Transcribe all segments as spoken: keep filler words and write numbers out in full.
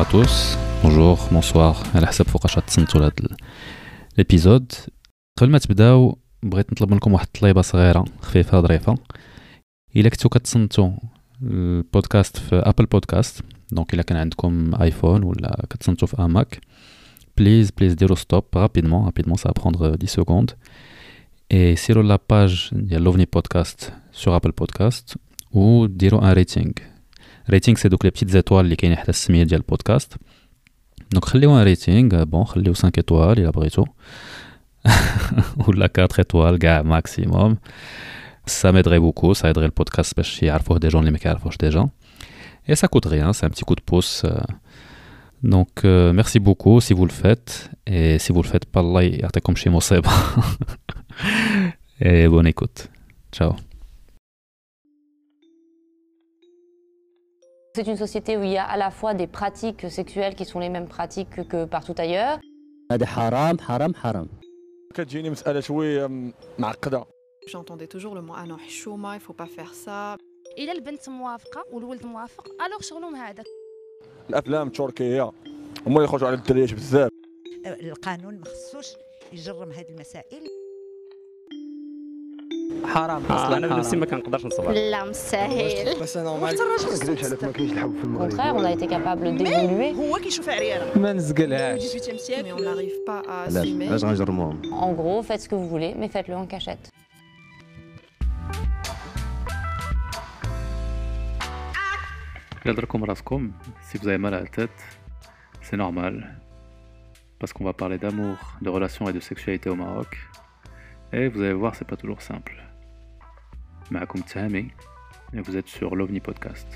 tous, bonjour, bonsoir, على حسب فوقاش تصنتوا لهاد الابيزود. قبل ما تبداو بغيت نطلب منكم واحد الطليبه صغيره خفيفه ظريفه. الا كنتو كتصنتوا البودكاست في ابل بودكاست، دونك الا كان عندكم ايفون ولا كتصنتوا في اماك، بليز بليز ديروا ستوب رابيدمون رابيدمون ça va prendre dix secondes et سيروا لا باج ديال لوفني بودكاست sur ابل بودكاست و ديروا ان ريتينغ. ريتينغ سي دوك لي بيتيت زيتوال اللي كاين حتى السميه ديال البودكاست. دونك خليو ان ريتينغ بون، خليو خمسة ايطوال الا بغيتو ولا أربعة ايطوال كاع ماكسيموم. ça m'aiderait beaucoup, ça aiderait le podcast باش يعرفوه دي جون اللي ما كيعرفوش ديجا. Et ça coûte rien, c'est un petit coup de pouce. Donc euh, merci beaucoup si vous le faites, et si vous le faites pas, Allah يعطيكم شي مصيبة. Et bonne écoute. Ciao. C'est une société où il y a à la fois des pratiques sexuelles qui sont les mêmes pratiques que partout ailleurs. هذا حرام حرام حرام. كتجيني مسألة شوية معقدة. J'entendais toujours le mot ah non حشومة, il faut pas faire ça. إلا البنت موافقة والولد موافق ألوغ شغلهم هذاك. الأفلام التركية هما يخرجوا على الدريات بزاف. القانون ما خصوش يجرم هذه المسائل. حرام اصلا انا بنفسي ما كنقدرش نصبر. لا مستحيل. بس نورمال. ما نكذبش عليك، ما كاينش الحب في Au المغرب. contraire, on a été capable d'évoluer. هو كيشوف عريانة. ما نزقلهاش. dix-huitième siècle mais on n'arrive pas à علاش assumer. علاش غنجرموهم؟ En gros, faites ce que vous voulez, mais faites-le en cachette. Garderez raskom, si vous avez mal à la tête, c'est normal. Parce qu'on va parler d'amour, de relations et de sexualité au Maroc. Et vous allez voir, c'est pas toujours simple. معكم تهامي et vous êtes sur l'OVNI Podcast.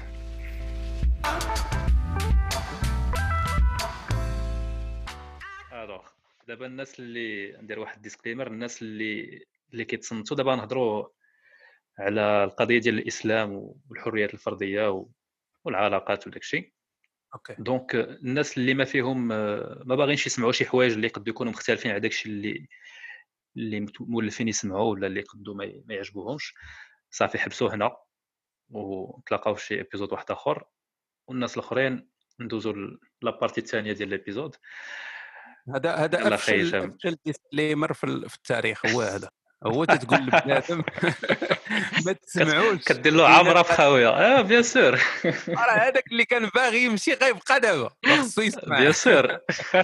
الوغ دابا الناس اللي ندير واحد ديسكليمر، الناس اللي اللي كيتصنتوا دابا نهضروا على القضيه ديال الاسلام والحريات الفرديه والعلاقات وداك الشيء. اوكي دونك الناس اللي ما فيهم ما باغينش يسمعوا شي حوايج اللي يقدروا يكونوا مختلفين على داك الشيء اللي اللي مولفين يسمعوا ولا اللي يقدروا ما ما يعجبوهمش، صافي حبسوا هنا ونتلاقاو في شي ابيزود واحد اخر، والناس الاخرين ندوزوا لابارتي الثانيه ديال الابيزود. هذا هذا يلا افشل خي هشام. افشل ديسكليمر في ال- في التاريخ هو هذا. هو تتقول لبنادم ما تسمعوش كدير له عمره في خاويه. اه بيان سور راه هذاك اللي كان باغي يمشي غيبقى دابا خصو يسمع. بيان سور.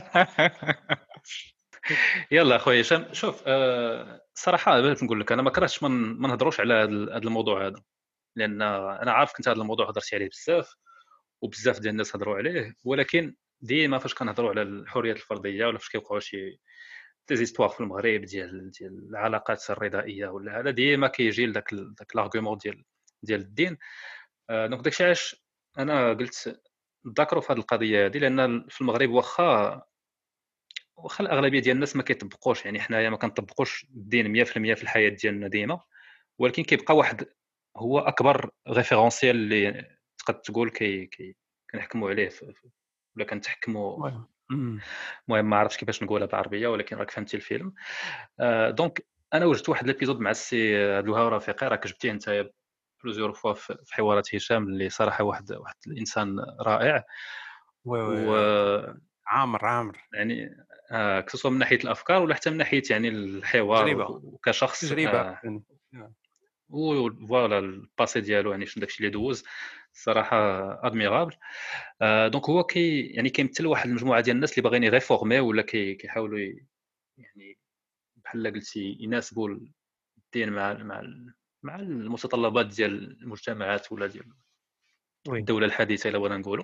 يلا اخويا هشام، شوف آه، صراحه بغيت نقول لك انا ما كرهتش ما ن- ما نهضروش على هذا الموضوع هذا، لان انا عارف كنت هذا الموضوع هضرتي عليه بزاف وبزاف ديال الناس هضروا عليه، ولكن ديما فاش كنهضروا على الحريات الفرديه ولا فاش كيوقعوا شي تيزيستوار في المغرب ديال ديال العلاقات الرضائيه ولا هذا، ديما كيجي لذاك ال- داك لارغومون ديال ديال الدين. آه، دونك داكشي علاش انا قلت نذكروا في هذه القضيه هذه، لان في المغرب واخا واخا الاغلبيه ديال الناس ما كيطبقوش، يعني حنايا ما كنطبقوش الدين مية في المية في الحياه ديالنا ديما، ولكن كيبقى واحد هو اكبر ريفيرونسيال اللي تقدر تقول كي كي كنحكموا عليه في في- ولا كنتحكموا. أمم. المهم ما عرفتش كيفاش نقولها بالعربيه، ولكن راك فهمتي الفيلم. آه دونك انا وجدت واحد الابيزود مع السي عبد الوهاب رفيقي، راك جبتيه انت بلوزيور فوا في في حوارات هشام، اللي صراحه واحد واحد الانسان رائع. وي وي و عامر عامر يعني آه كسوا من ناحيه الافكار ولا حتى من ناحيه يعني الحوار تجربة. وكشخص. تجربه آه يعني. وفوالا الباسي ديالو يعني شنو داكشي اللي دوز صراحه ادميرابل. آه دونك هو كي يعني كيمثل واحد المجموعه ديال الناس اللي باغيين يغيفورمي ولا كي كيحاولوا ي- يعني بحال قلتي يناسبوا الدين مع مع مع المتطلبات ديال المجتمعات ولا ديال وي الدوله الحديثه الا بغينا نقولوا.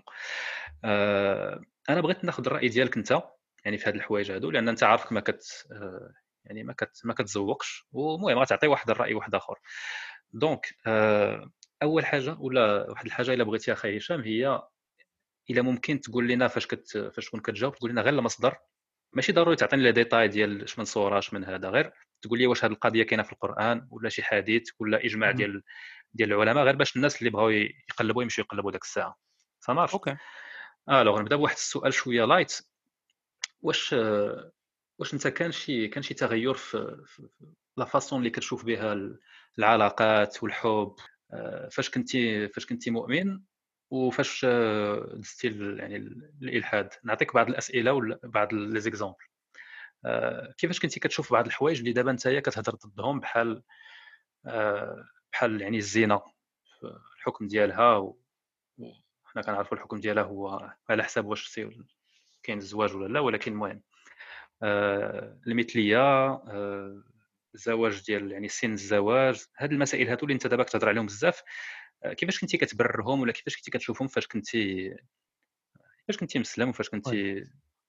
آه انا بغيت ناخذ الراي ديالك انت يعني في هاد الحوايج هادو، لان انت عارفك ما كت آه يعني ما كت ما كتزوقش، ومهم غتعطي واحد الراي واحد اخر. دونك آه اول حاجه ولا واحد الحاجه الا بغيتي اخي هشام، هي الا ممكن تقول لنا فاش كت فاش تكون كتجاوب تقول لنا غير المصدر، ماشي ضروري تعطيني لي ديتاي ديال اش من صوره اش من هذا، غير تقول لي واش هذه القضيه كاينه في القران ولا شي حديث ولا اجماع مم. ديال ديال العلماء، غير باش الناس اللي بغاو يقلبوا يمشيو يقلبوا داك الساعه. صافي اوكي الوغ نبدا بواحد السؤال شويه لايت. واش واش انت كان شي كان شي تغير في, في في لا فاصون اللي كتشوف بها العلاقات والحب آه، فاش كنتي فاش كنتي مؤمن وفاش آه، دزتي ال- يعني ال- الالحاد. نعطيك بعض الاسئله ولا بعض لي زيكزامبل. كيفاش كنتي كتشوف بعض الحوايج اللي دابا نتايا كتهضر ضدهم، بحال آه، بحال يعني الزنا في الحكم ديالها و- وحنا كنعرفوا الحكم ديالها هو على حساب واش سي- كاين الزواج ولا لا، ولكن المهم آه، المثليه، آه، الزواج ديال يعني سن الزواج، هاد المسائل هادو اللي انت دابا كتهضر عليهم بزاف، آه، كيفاش كنتي كتبررهم ولا كيفاش كنتي كتشوفهم فاش كنتي فاش كنتي مسلم وفاش وي كنتي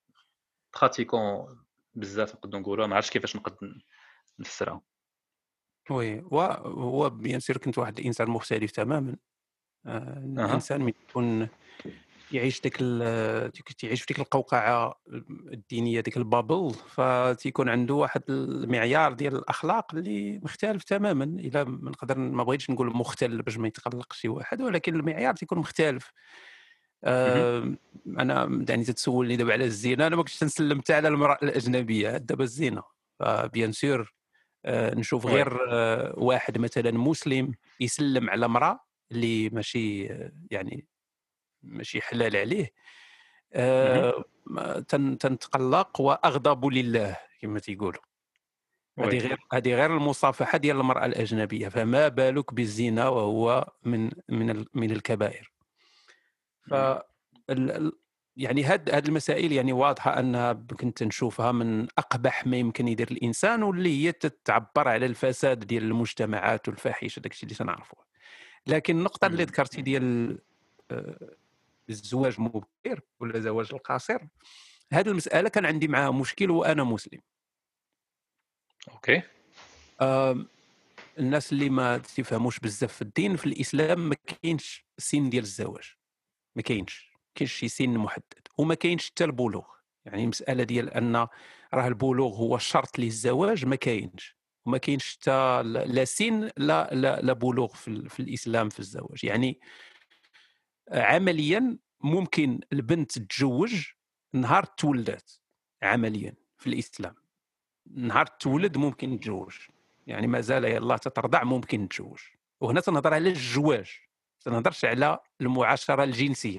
براتيكون بزاف نقدروا نقولوا، ما عرفتش كيفاش نقد نفسرها. وي هو هو بيان سير كنت واحد الانسان مختلف تماما. آه، اها الانسان من يكون يعيش ديك ال- تيعيش في ديك القوقعه الدينيه، ديك البابل، فتيكون عنده واحد المعيار ديال الاخلاق اللي مختلف تماما. الا ما نقدر ما بغيتش نقول مختل باش ما يتقلقش شي واحد، ولكن المعيار تيكون مختلف. مهم. آه، انا يعني تتسولني دابا على الزنا، انا ما كنتش تنسلم حتى على المراه الاجنبيه، دابا الزنا فبيان سور آه، نشوف وي غير آه، واحد مثلا مسلم يسلم على امراه اللي ماشي آه، يعني ماشي حلال عليه، مهم. آه، ما- تن- تنتقلق واغضب لله كما تيقولوا. هذه وي غير هذه غير المصافحه ديال المراه الاجنبيه، فما بالك بالزنا وهو من من ال- من الكبائر. ف مم. ال- ال- يعني هاد هاد المسائل يعني واضحه انها كنت نشوفها من اقبح ما يمكن يدير الانسان، واللي هي تتعبر على الفساد ديال المجتمعات والفاحشه، داكشي اللي تنعرفوه. لكن النقطه اللي مم. ذكرتي ديال آه، الزواج مبكر ولا زواج القاصر، هذه المساله كان عندي معها مشكل وانا مسلم. اوكي. آم، الناس اللي ما تفهموش بزاف في الدين، في الاسلام ما كاينش سن ديال الزواج، ما كاينش كاينش شي سن محدد، وما كاينش حتى البلوغ. يعني المساله ديال ان راه البلوغ هو شرط للزواج ما كاينش، وما كاينش حتى لا سن لا لا, لا بلوغ في, ال- في الاسلام في الزواج. يعني عمليا ممكن البنت تتزوج نهار تولدات، عمليا في الاسلام نهار مهم. تولد ممكن تتزوج. يعني مازال يلاه تترضع ممكن تتزوج. وهنا تنهضر على الزواج، ما تنهضرش على المعاشره الجنسيه،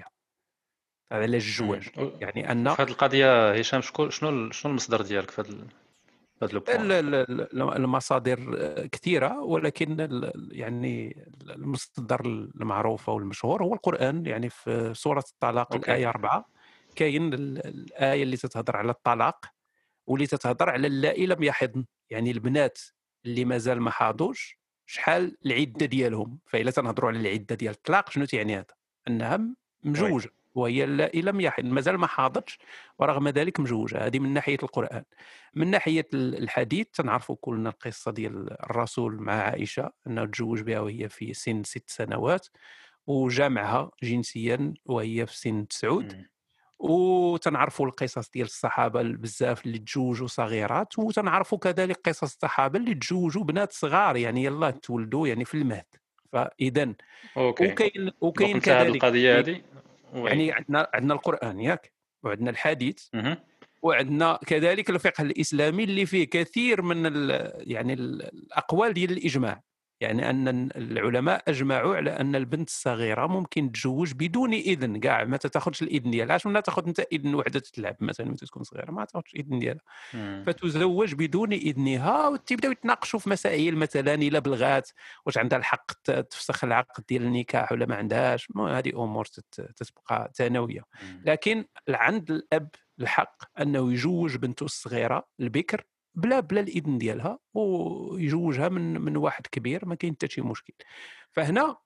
على مم. الزواج. و- يعني ان وفي هذه القضيه هشام، شكون شنو ال- شنو المصدر ديالك في هذا ال- في هذا لو بوان؟ ال- ال- ال- المصادر كثيره، ولكن ال- يعني المصدر المعروف والمشهور هو القران. يعني في سوره الطلاق اوكي. الايه أربعة كاين ال- الايه اللي تتهضر على الطلاق، واللي تتهضر على اللائي لم يحضن، يعني البنات اللي مازال ما حاضوش شحال العده ديالهم. فإلا تنهضروا على العده ديال الطلاق شنو تعني هذا؟ انها وي مجوجه، وهي اللائي لم يحضن، مازال ما حاضتش ورغم ذلك مجوجه. هذه من ناحيه القران. من ناحيه الحديث تنعرفوا كلنا القصه ديال الرسول مع عائشه، انه تزوج بها وهي في سن ست سنوات، وجامعها جنسيا وهي في سن تسعود. مم. وتنعرفوا القصص ديال الصحابه بزاف اللي تزوجوا صغيرات، وتنعرفوا كذلك قصص الصحابه اللي تزوجوا بنات صغار، يعني يلاه تولدوا يعني في المهد. فاذا اوكي. وكاين دونك وكاين انت هذه كذلك القضيه هذه. وي. يعني عندنا عندنا القران ياك، وعندنا الحديث، مهم. وعندنا كذلك الفقه الاسلامي اللي فيه كثير من ال يعني ال- الاقوال ديال الاجماع. يعني ان العلماء اجمعوا على ان البنت الصغيره ممكن تتزوج بدون اذن، كاع ما تاخذش الاذن ديالها. علاش ما تاخذ انت اذن وحده تلعب مثلا ملي تكون صغيره؟ ما تاخذش الاذن ديالها، مم. فتزوج بدون اذنها، وتبداو يتناقشوا في مسائل مثلا الا بلغات واش عندها الحق ت- تفسخ العقد ديال النكاح ولا ما عندهاش. المهم هذه امور تت- تتبقى ثانويه. مم. لكن عند الاب الحق انه يجوج بنته الصغيره البكر بلا بلا الاذن ديالها، ويجوجها من من واحد كبير، ما كاين حتى شي مشكل. فهنا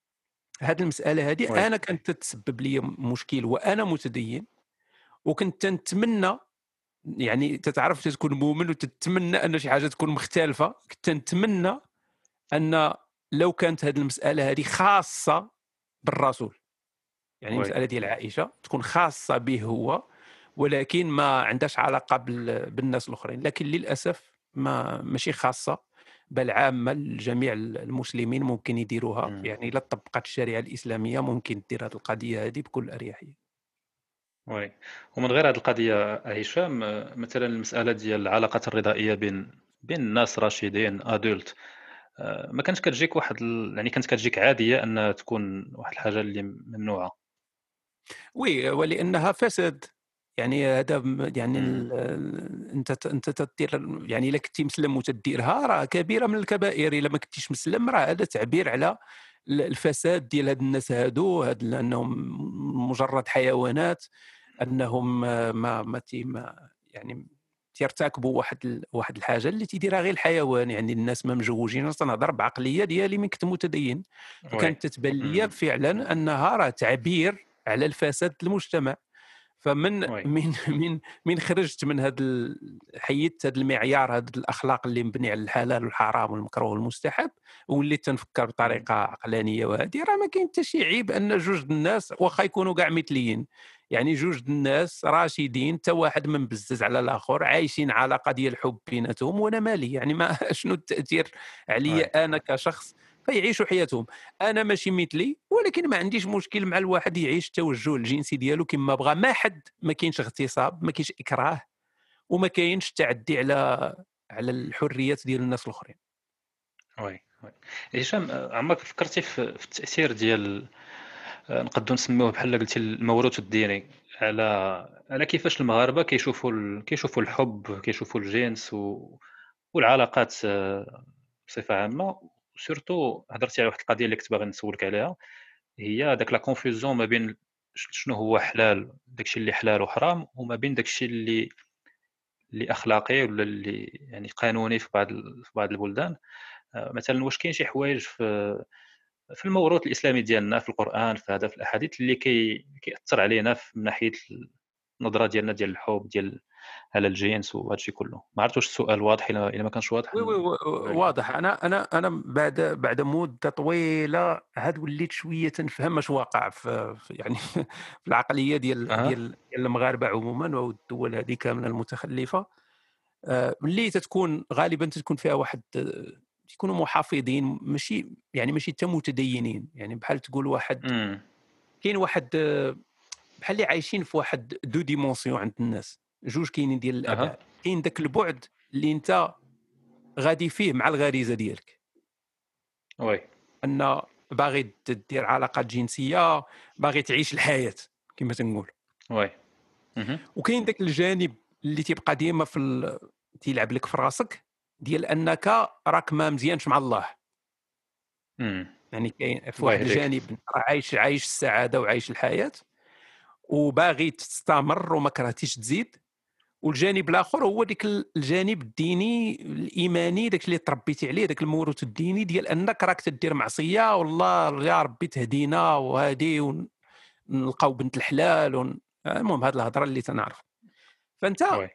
هذه المساله هذه وي انا كانت تتسبب لي مشكل وانا متدين، وكنت نتمنى يعني تتعرف تكون مؤمن وتتمنى ان شي حاجه تكون مختلفه. كنت نتمنى ان لو كانت هذه المساله هذه خاصه بالرسول، يعني وي المساله ديال عائشه تكون خاصه به هو، ولكن ما عندهاش علاقه بال- بالناس الاخرين. لكن للاسف ما ماشي خاصه، بل عامه لجميع المسلمين ممكن يديروها. مم. يعني الا طبقت الشريعه الاسلاميه ممكن دير هذه القضيه هذه بكل اريحيه. وي. ومن غير هذه القضيه هشام، آه، مثلا المساله ديال العلاقات الرضائيه بين بين الناس راشدين ادولت، آه، ما كانش كتجيك واحد ال... يعني كانت كتجيك عاديه ان تكون واحد الحاجه اللي ممنوعه. وي ولانها فساد. يعني هذا م- يعني مم. ال- ال- انت ت- انت تدير، يعني الا كنتي مسلم وتديرها راه كبيره من الكبائر. الا ما كنتيش مسلم راه هذا تعبير على ال- الفساد ديال هاد الناس هادو، هاد ال- انهم مجرد حيوانات، انهم آه، ما ما, تي ما يعني تيرتكبوا واحد ال- واحد الحاجه اللي تيديرها غير الحيوان. يعني الناس ما مجوجين. أنا تنهضر بعقليه ديالي من كنت متدين، وي. وكانت تتبان لي مم. فعلا انها راه تعبير على الفساد المجتمع. فمن وي. من من من خرجت من هذا ال- حيدت هذا المعيار، هذا الاخلاق اللي مبني على الحلال والحرام والمكروه والمستحب، وليت تنفكر بطريقه عقلانيه وهذه. راه ما كاين حتى شي عيب ان جوج د الناس واخا يكونوا كاع مثليين، يعني جوج د الناس راشدين، حتى واحد من بزز على الاخر، عايشين علاقه ديال الحب بيناتهم، وانا مالي يعني ما شنو التاثير وي. عليا انا كشخص؟ فيعيشوا حياتهم. انا ماشي مثلي، ولكن ما عنديش مشكل مع الواحد يعيش التوجه الجنسي ديالو كما بغى. ما حد ما كاينش اغتصاب، ما كاينش اكراه، وما كاينش تعدي على على الحريات ديال الناس الاخرين. وي. وي. هشام، آه، عمرك فكرتي في في التاثير ديال آه، نقدروا نسميوه بحال قلتي الموروث الديني على على كيفاش المغاربه كيشوفوا ال... كيشوفوا الحب، كيشوفوا الجنس و... والعلاقات آه، بصفه عامه. سورتو هضرتي على واحد القضيه اللي كنت باغي نسولك عليها، هي داك لا كونفوزيون ما بين ش- شنو هو حلال، داكشي اللي حلال وحرام، وما بين داكشي اللي اللي اخلاقي ولا اللي يعني قانوني في بعض ال- في بعض البلدان. آه، مثلا واش كاين شي حوايج في في الموروث الاسلامي ديالنا، في القران، في هذا، في الاحاديث اللي كي كيأثر علينا في- من ناحيه النظره ديالنا ديال الحب، ديال على الجنس وهذا الشيء كله؟ ما عرفت واش السؤال واضح. الا الا ما كانش واضح وي وي وي- نقولها لك. واضح. انا انا انا بعد بعد مده طويله عاد وليت شويه تنفهم اش واقع في في- يعني في العقليه ديال اها. ديال ديال المغاربه عموما والدول هذه كامله المتخلفه. آه، ملي تتكون غالبا تتكون فيها واحد آه، تكونوا محافظين، ماشي يعني ماشي حتى متدينين. يعني بحال تقول واحد، امم. كاين واحد آه، بحال اللي عايشين في واحد دو ديمونسيون عند الناس، جوج كاينين ديال اها. الابعاد. كاين داك البعد اللي انت غادي فيه مع الغريزه ديالك، وي. ان باغي دير علاقات جنسيه، باغي تعيش الحياه كما تنقول. وي. اها. وكاين داك الجانب اللي تيبقى ديما في ال... تيلعب لك في راسك، ديال انك راك ما مزيانش مع الله. امم. يعني كاين في الله واحد يهديك. الجانب راه عايش عايش السعاده وعايش الحياه وباغي تستمر وما كرهتيش تزيد. والجانب الاخر هو ديك الجانب الديني الايماني، داك اللي تربيتي عليه، داك الموروث الديني ديال انك راك تدير معصيه والله يا ربي تهدينا وهادي ونلقاو بنت الحلال ون... المهم هذه الهضره اللي تنعرف. فانت وي.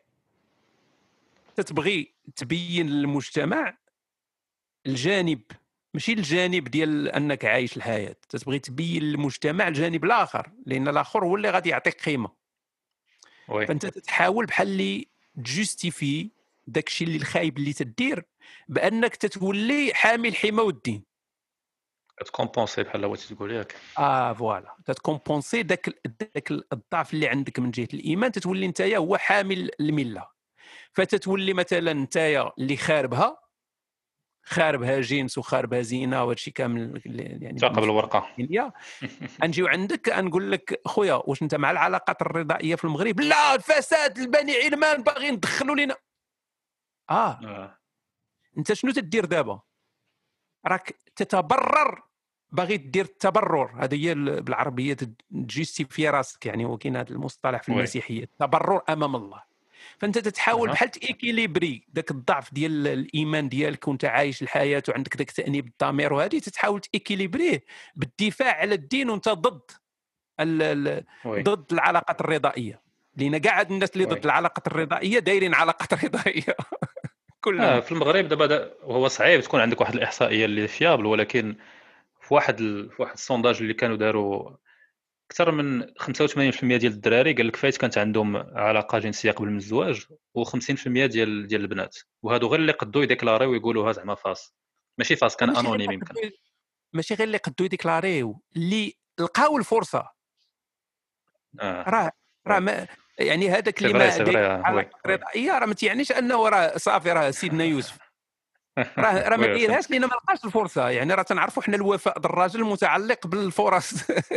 تتبغي تبين للمجتمع الجانب، ماشي الجانب ديال انك عايش الحياه، تتبغي تبين للمجتمع الجانب الاخر، لان الاخر هو اللي غادي يعطيك قيمه. وي. فانت تتحاول بحال اللي تجوستيفي داكشي اللي الخايب اللي تدير بانك تتولي حامل حمى والدين. كتكومبونسي بحال بغيتي تقول ياك. اه فوالا، تتكومبونسي داك داك الضعف اللي عندك من جهه الايمان، تتولي نتايا هو حامل المله. فتتولي مثلا نتايا اللي خاربها خاربها جنس وخاربها زينه وهذا الشيء كامل يعني ثاقب الورقه. بالنسبه نجيو عندك نقول لك خويا واش انت مع العلاقات الرضائيه في المغرب؟ لا، الفساد البني علمان باغي ندخلوا لنا. اه آه. انت شنو تدير دابا؟ راك تتبرر، باغي دير التبرر. هذه هي بالعربيه تجيستيفي راسك، يعني هو كاين هذا المصطلح في وي. المسيحيه، التبرر امام الله. فانت تتحاول أها. بحال تيكيليبري داك الضعف ديال الايمان ديالك وانت عايش الحياه وعندك داك تانيب الضمير، وهذه تتحاول تيكيليبريه بالدفاع على الدين وانت ضد ال ال وي. ضد العلاقات الرضائيه. لان كاع هاد الناس اللي وي. ضد العلاقات الرضائيه دايرين علاقات رضائيه اه كلهم. في المغرب دابا دا- وهو صعيب تكون عندك واحد الاحصائيه اللي فيابل، ولكن في واحد ال... في واحد السونداج اللي كانوا داروا، اكثر من خمسة وثمانين بالمئة ديال الدراري قال لك فايت كانت عندهم علاقه جنسيه قبل من الزواج، و50% ديال ديال البنات، وهادو غير اللي قدوا يديكلاريو ويقولوها زعما فاس، ماشي فاس، كان ماشي غير انونيم اللي يمكن. قدو ماشي غير اللي قدو يديكلاريو، اللي لقاو الفرصه. اه راه راه وي. ما يعني هذاك سي اللي فري ما سي داير فري. آه. وي علاقه وي. رضائيه راه ما تيعنيش انه راه صافي راه سيدنا يوسف. راه راه ما وي دايرهاش لان ما لقاش الفرصه. يعني راه تنعرفوا حنا الوفاء ديال الراجل متعلق بالفرص.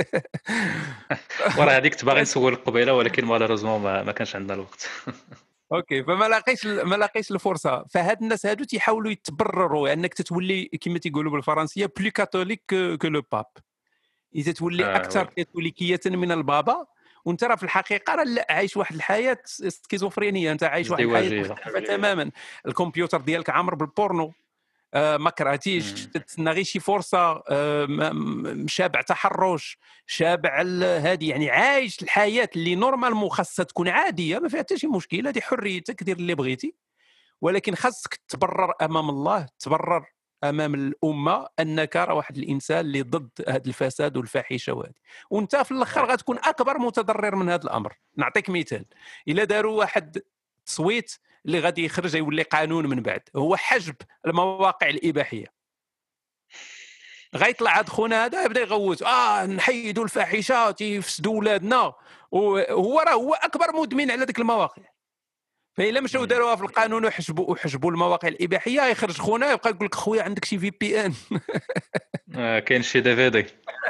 وراه هذيك تباغي نسول قبيله ولكن مالوريزمون ما, ما كانش عندنا الوقت. اوكي، فما لاقيش ما لاقيش الفرصه. فهاد الناس هادو تيحاولوا يتبرروا انك تتولي كما تيقولوا بالفرنسيه بلو كاثوليك كو لو باب. اذا تولي آه اكثر وي. كاثوليكيه من البابا، وانت راه في الحقيقه راه لا عايش واحد الحياه سكيزوفرينيه. انت عايش واحد الحياه ازدواجيه. مختلفه تماما. الكمبيوتر ديالك عامر بالبورنو، آه ما كرهتيش، مم. تتسنى غير شي فرصه، آه م- شابع تحرش، شابع ال- هادي، يعني عايش الحياه اللي نورمالمون خاصها تكون عاديه، ما فيها حتى شي مشكل، هذه حريتك، دير اللي بغيتي. ولكن خاصك تبرر امام الله، تبرر امام الامه انك راه واحد الانسان اللي ضد هذا الفساد والفاحشه وهذه. وانت في الاخر غتكون اكبر متضرر من هذا الامر. نعطيك مثال: الا داروا واحد تصويت اللي غادي يخرج يولي قانون من بعد، هو حجب المواقع الاباحيه، غيطلع هاد خونا هذا يبدا يغوت اه نحيدوا الفاحشه تيفسدوا ولادنا، وهو راه هو اكبر مدمن على ديك المواقع. فإلا مشاو داروها في القانون وحجبوا وحجبوا المواقع الاباحيه، يخرج خونا يبقى يقول لك خويا عندك شي في بي ان. آه كاين شي دي في دي.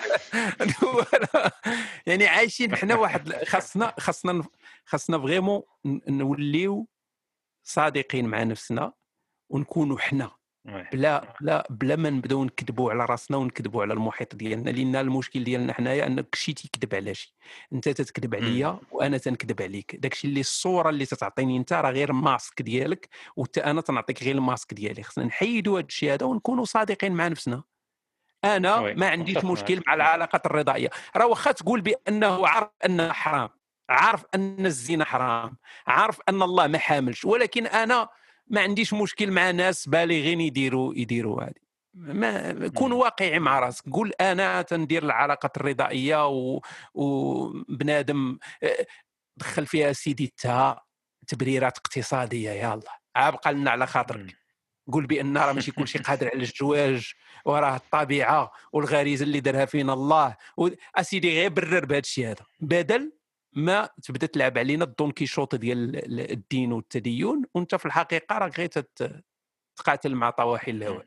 يعني عايشين حنا واحد، خاصنا خاصنا خاصنا فريمون نوليو صادقين مع نفسنا ونكونوا حنا، بلا بلا بلا ما نبداو نكذبوا على راسنا ونكذبوا على المحيط ديالنا. لان المشكل ديالنا حنايا انك شي تيكذب على شي، انت تتكذب عليا وانا تنكذب عليك. داكشي اللي الصوره اللي تتعطيني انت راه غير ماسك ديالك، وحتى انا تنعطيك غير الماسك ديالي. خصنا نحيدوا هذا الشيء هذا ونكونوا صادقين مع نفسنا. انا ما عنديش مشكل مع العلاقات الرضائيه. راه واخا تقول بانه عارف انها حرام، عارف ان الزنا حرام، عارف ان الله ما حاملش، ولكن انا ما عنديش مشكل مع ناس بالغين يديروا يديروا هذه. ما كون واقعي مع راسك، قول انا تندير العلاقات الرضائيه و... وبنادم دخل فيها سيدي تا تبريرات اقتصاديه، يلا عابقى لنا على خاطرك. قول بان راه ماشي كلشي قادر على الزواج، وراه الطبيعه والغريزه اللي دارها فينا الله و... اسيدي غير برر بهذا الشيء هذا، بدل ما تبدا تلعب علينا الدون كيشوط ديال الدين والتدين، وانت في الحقيقه راك غير تقاتل مع طواحي الهواء.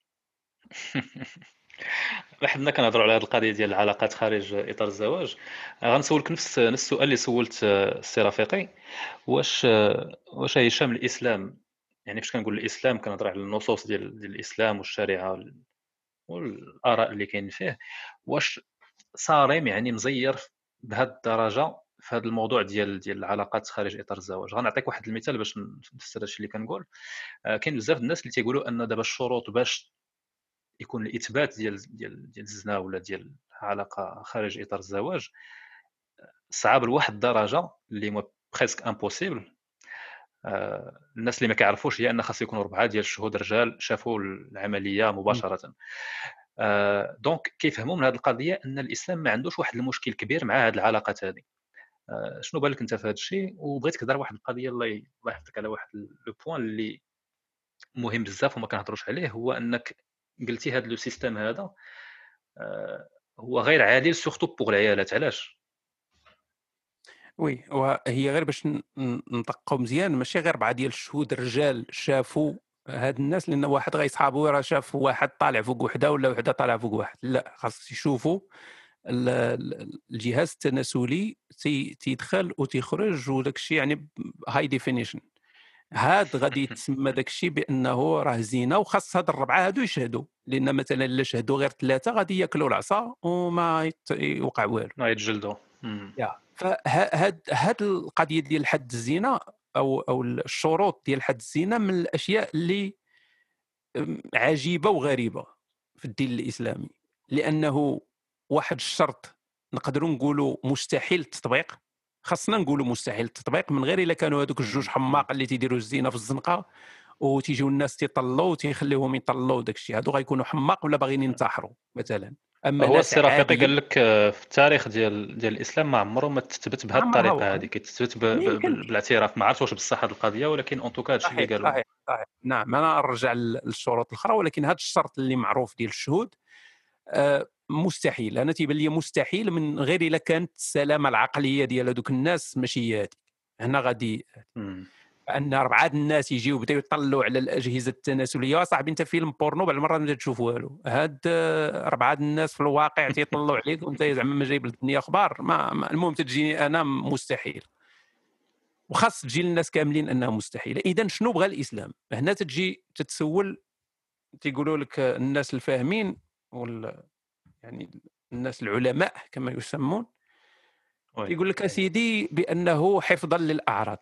حنا كنهضروا على هذه القضيه ديال العلاقات خارج اطار الزواج. غنسولك نفس نفس السؤال اللي سولت السي رفيقي. واش واش هشام الاسلام، يعني فاش كنقول الاسلام كنهضر على النصوص ديال ديال الاسلام والشريعه والاراء اللي كاين فيه، واش صارم يعني مزير بهذه الدرجه في هذا الموضوع ديال ديال العلاقات خارج اطار الزواج؟ غنعطيك واحد المثال باش نفسر هادشي اللي كنقول. كاين بزاف الناس اللي تيقولوا ان دابا الشروط باش يكون الاثبات ديال ديال ديال الزنا ولا ديال علاقه خارج اطار الزواج صعاب لواحد الدرجه اللي مو بريسك امبوسيبل. آه الناس اللي ما كيعرفوش هي ان خاص يكونوا اربعه ديال الشهود رجال شافوا العمليه مباشره. آه دونك كيفهموا من هذه القضيه ان الاسلام ما عندوش واحد المشكل كبير مع هذه العلاقات هذه. آه شنو بالك انت في هذا الشيء؟ وبغيت تهضر واحد القضيه الله الله يحفظك على واحد لو بوين اللي مهم بزاف وما كنهضروش عليه، هو انك قلتي هذا لو سيستيم هذا آه هو غير عادل سورتو بوغ العيالات. علاش؟ وي، وهي غير باش نطقوا مزيان، ماشي غير اربعه ديال الشهود الرجال شافوا هاد الناس، لان واحد غيصحابو راه شاف واحد طالع فوق وحده ولا وحده طالع فوق واحد، لا، خاص يشوفوا الجهاز التناسلي تيدخل وتيخرج وداك الشيء، يعني هاي ديفينيشن. هاد غادي يتسمى داك الشيء بانه راه زينه، وخاص هاد الربعه هادو يشهدوا، لان مثلا الا شهدوا غير ثلاثه غادي ياكلوا العصا وما يوقع والو، ما يتجلدوا. يا فهاد هاد القضيه ديال حد الزنا او او الشروط ديال حد الزنا من الاشياء اللي عجيبه وغريبه في الدين الاسلامي، لانه واحد الشرط نقدروا نقولوا مستحيل التطبيق. خاصنا نقولوا مستحيل التطبيق من غير الا كانوا هذوك الجوج حماق اللي تيديروا الزنا في الزنقه وتيجيو الناس تيطلوا وتيخليوهم يطلوا داك الشيء، هادو غيكونوا حماق ولا باغيين ينتحروا مثلا. اما هو ناس السي رفيقي عاديين قال لك في التاريخ ديال ديال الاسلام ما عمره ما تثبت بهذه الطريقه هذه، كتثبت بالاعتراف. ما عرفتش واش بصح هذه القضيه، ولكن اون توكا هادشي اللي قالوا. صحيح صحيح نعم. انا نرجع للشروط الاخرى، ولكن هذا الشرط اللي معروف ديال الشهود آه مستحيل. انا تيبان لي مستحيل من غير الا كانت السلامه العقليه ديال هذوك الناس ماشي هي هذه. هنا غادي ان اربعه الناس يجيو بداو يطلعوا على الاجهزه التناسليه. صاحبي انت فيلم بورنو بعد المره ما تشوف والو، هاد اربعه الناس في الواقع تيطلعوا عليك وانت زعما ما جايب الدنيا اخبار. ما, ما المهم تجيني انا مستحيل، وخاص تجي للناس كاملين انها مستحيله. اذا شنو بغى الاسلام هنا؟ تجي تتسول، تيقولوا لك الناس الفاهمين وال يعني الناس العلماء كما يسمون، يقول لك اسيدي بانه حفظا للاعراض،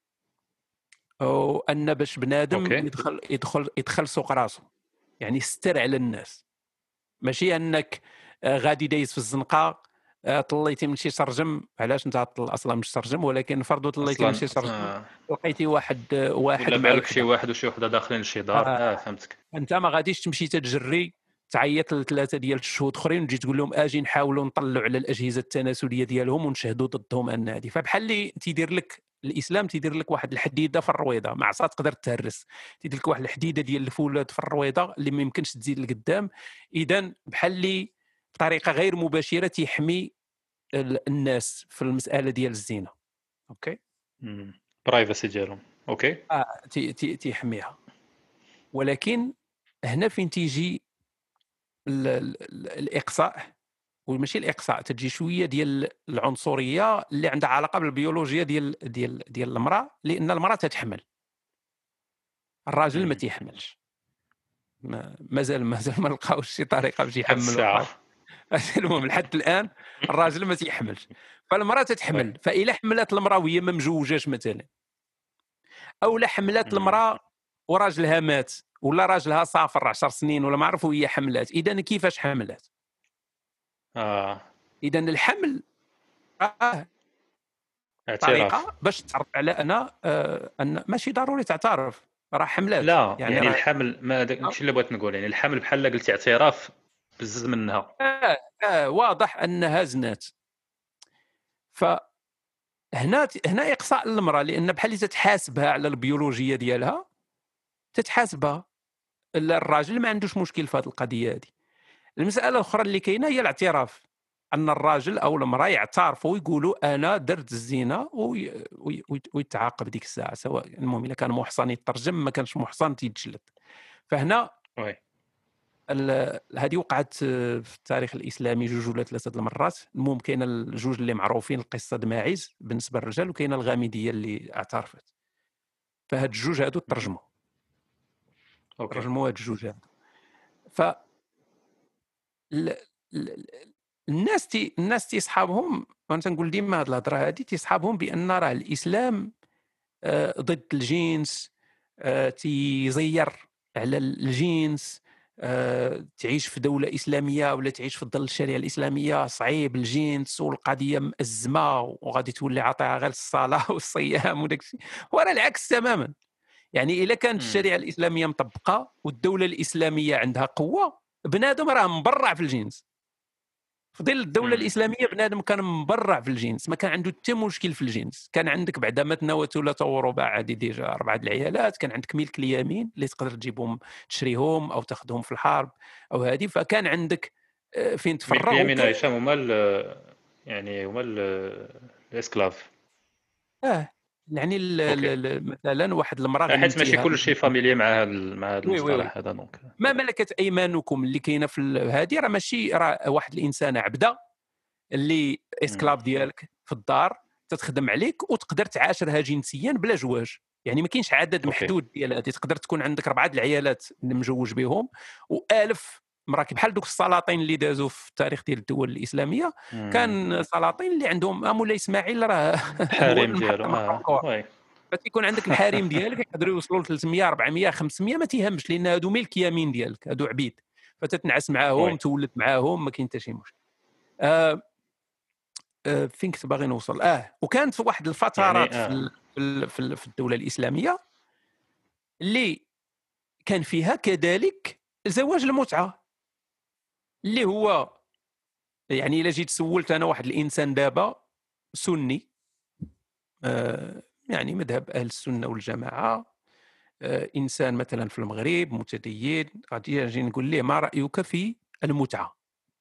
او ان باش بنادم أوكي. يدخل يدخل يدخل سوق راسه، يعني ستر على الناس. ماشي انك آه، غادي دايز في الزنقه آه، طليتي من شي ترجم. علاش انت عطل اصلا مش ترجم، ولكن فرضوا طليتي من شي اصلا ترجم آه. لقيتي واحد آه، واحد ولا مع بالك شي وحده، واحد وشي وحده داخلين لشي دار. آه. اه فهمتك. انت ما غاديش تمشي تتجري تعيط لثلاثه ديال الشهود اخرين وتجي تقول لهم اجي نحاولوا نطلعوا على الاجهزه التناسليه ديالهم ونشهدوا ضدهم ان هذه. فبحال اللي تيدير لك الاسلام تيدير لك واحد الحديده في الرويضه، ما عصا تقدر تهرس، تيدير لك واحد الحديده ديال الفولاذ في الرويضه اللي ما يمكنش تزيد لقدام. اذا بحال اللي بطريقه غير مباشره تيحمي ال- الناس في المساله ديال الزينه. اوكي، برايفسي ديالهم. اوكي. اه تي تي تيحميها. ولكن هنا فين تيجي ال- ال- الاقصاء، وماشي الاقصاء، تجي شويه ديال العنصريه اللي عندها علاقه بالبيولوجيا ديال ديال ديال المراه، لان المراه تتحمل، الراجل ما مم. تيحملش. ما- مازال مازال ما لقاوش شي طريقه باش هاد يحملوا الساعه. الراجل. المهم لحد الان الراجل ما تيحملش، فالمراه تتحمل. وي. فإلا حملت المراه وهي ما مجوجاش مثلا، او لا حملت مم. المراه وراجلها مات، ولا راجلها سافر عشر سنين ولا ما عرفوا وهي حملات، اذا كيفاش حملات؟ اه اذا الحمل آه اعتراف. طريقه باش تعرف على انا آه ان ماشي ضروري تعترف، راه حملات. لا يعني, يعني راه الحمل، ما داكشي اللي بغيت نقول، يعني الحمل بحال قلتي اعتراف بزز منها. آه آه واضح انها زنات. فهنا هنا اقصاء المراه، لان بحال اللي تتحاسبها على البيولوجيه ديالها تتحاسبها. الراجل ما عندوش مشكل في هذه القضيه هذه. المساله الاخرى اللي كاينه هي الاعتراف، ان الراجل او المراه يعترفوا ويقولوا انا درت الزنا وي- وي- ويتعاقب ديك الساعه، سواء المهم الا كان محصن يترجم، ما كانش محصن تيتجلد. فهنا وي. ال- هذه وقعت في التاريخ الاسلامي جوج ولا ثلاثه المرات. المهم كاين الجوج اللي معروفين، القصه د ماعز بالنسبه للرجال، وكاين الغامديه اللي اعترفت. فهاد الجوج هادو ترجموا اوكي. ترجموا هاد الجوج هادو. ف ال- ال- الناس تي الناس تيصحابهم، وانا تنقول ديما هاد الهضره هادي، تيصحابهم بان راه الاسلام آه، ضد الجنس، آه، تيزير على الجنس، آه، تعيش في دولة إسلامية ولا تعيش في ظل الشريعة الإسلامية صعيب الجنس، والقضية مأزمة وغادي تولي عاطيها غير الصلاة والصيام وداك الشيء. وراه العكس تماما. يعني إلا كانت مم. الشريعة الإسلامية مطبقة والدولة الإسلامية عندها قوة، بنادم راه مبرع في الجنس. في ظل الدوله مم. الاسلاميه بنادم كان مبرع في الجنس، ما كان عنده حتى مشكل في الجنس. كان عندك بعد ما تناوت ولا ورباع هذه ديجا اربعه العيالات، كان عندك ملك اليمين اللي تقدر تجيبهم تشريهم او تاخذهم في الحرب او هذه. فكان عندك آه، فين ملك تفرغ. اليمين وكان هشام هما ال- يعني هما ال- الاسكلاف. اه يعني ال- اوكي. ال- ال- مثلا واحد المراه آه، حيت ماشي غنمتيها، كل شيء فاميلي مع هذا مع هذا وي وي وي المصطلح هذا. دونك ما ملكت ايمانكم اللي كاينه في ال- هذه، راه ماشي راه واحد الانسان عبده اللي اسكلاف ديالك في الدار تتخدم عليك وتقدر تعاشرها جنسيا بلا زواج. يعني ما كاينش عدد أوكي. محدود ديال هذه، تقدر تكون عندك اربعه د العيالات اللي مجوج بهم والف مراكب، بحال دوك السلاطين اللي دازوا في التاريخ ديال الدول الاسلاميه. مم. كان سلاطين اللي عندهم مولاي اسماعيل راه هو الحريم المحطة ديالو. مع اه الكور. وي. فتيكون عندك الحريم ديالك يقدروا يوصلوا ل ثلاثمية أربعمية خمسمية، ما تيهمش، لان هادو ملك يمين ديالك، هادو عبيد. فتتنعس معاهم، وي. تولد معاهم، ما كاين حتى شي مشكل. آه آه، فين كنت باغي نوصل؟ اه وكانت في واحد الفترات يعني في اه ال- في ال- في ال- في الدوله الاسلاميه اللي كان فيها كذلك زواج المتعه، اللي هو يعني الا جيت سولت انا واحد الانسان دابا سني، آه يعني مذهب اهل السنه والجماعه، آه انسان مثلا في المغرب متدين، غادي اجي نقول ليه ما رايك في المتعه؟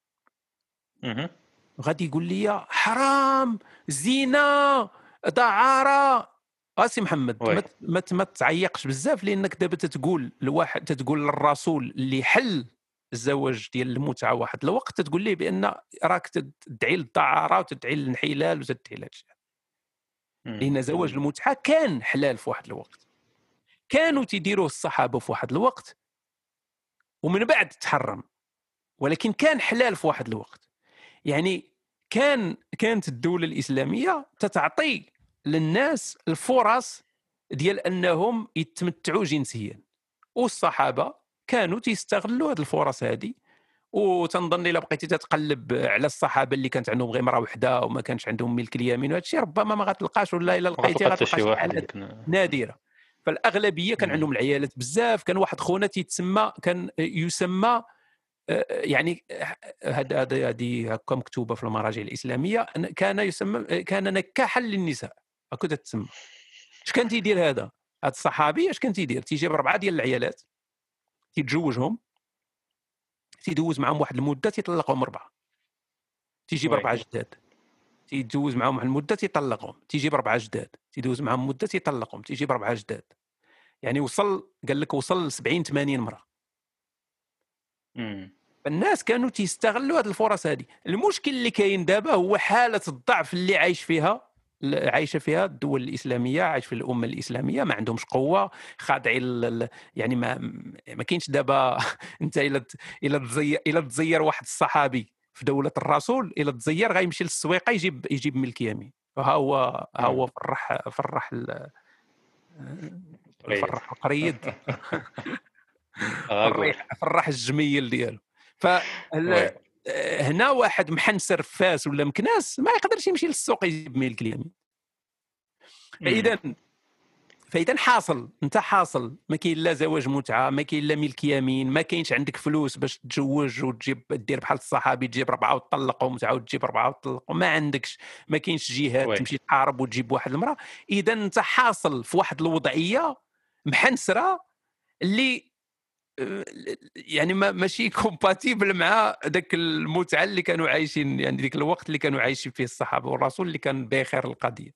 مهم. غادي يقول لي حرام، زنا، دعاره. اسي محمد وي. ما ما ما تعيقش بزاف، لانك دابا تتقول لواحد تتقول للرسول اللي حل الزواج ديال المتعه واحد الوقت، تتقول ليه بان راك تدعي للدعاره وتدعي للانحلال وتدعي لهادشي، لان زواج المتعه كان حلال في واحد الوقت، كانوا تيديروه الصحابه في واحد الوقت ومن بعد تحرم، ولكن كان حلال في واحد الوقت. يعني كان كانت الدوله الاسلاميه تتعطي للناس الفرص ديال انهم يتمتعوا جنسيا، والصحابه كانوا تيستغلوا هذه الفرص هذه. وتنظن الا بقيتي تتقلب على الصحابه اللي كانت عندهم غير مراه وحده وما كانش عندهم ملك اليمين وهذا الشيء، ربما ما غتلقاش، ولا الا لقيتي غتلقى شي حالات نادره. فالاغلبيه كان عندهم العيالات بزاف. كان واحد خونا تيتسمى كان يسمى يعني هذا هذه هكا مكتوبه في المراجع الاسلاميه، كان يسمى كان نكاحا للنساء، هكا تتسمى. اش كان تيدير هذا هذا الصحابي؟ اش كان تيدير؟ تيجيب اربعه ديال العيالات، تيتزوجهم، تيدوز معهم واحد المده، تيطلقهم اربعه، تيجيب اربعه جداد، تيتزوج معهم واحد المده، تيطلقهم، تيجيب اربعه جداد، تيدوز معهم مده، تيطلقهم، تيجيب اربعه جداد. يعني وصل قال لك وصل ل سبعين ثمانين مرة. امم الناس كانوا تيستغلوا هذه الفرص هذه. المشكل اللي كاين دابا هو حاله الضعف اللي عايش فيها عايشه فيها الدول الاسلاميه، عايش في الامه الاسلاميه، ما عندهمش قوه، خاضعين يعني ما ما كاينش دابا. انت الا الا تزير الا تزير واحد الصحابي في دوله الرسول، الا تزير غيمشي للسويقه يجيب يجيب ملك يمين. فها هو ها هو فرح فرح فرح القريد فرح الجميل ديالو. فهنا واحد محنسر فاس ولا مكناس ما يقدرش يمشي للسوق يجيب ملك اليمين. فاذا فاذا حاصل انت حاصل ما كاين لا زواج متعه، ما كاين لا ملك يمين، ما كاينش عندك فلوس باش تتزوج وتجيب دير بحال الصحابي تجيب اربعه وتطلقهم وتعاود تجيب اربعه وتطلقهم، ما عندكش، ما كاينش جهاد تمشي تحارب وتجيب واحد المراه. اذا انت حاصل في واحد الوضعيه محنسره اللي يعني ماشي كومباتيبل مع داك المتعه اللي كانوا عايشين، يعني ديك الوقت اللي كانوا عايشين فيه الصحابه والرسول اللي كان بخير القضيه.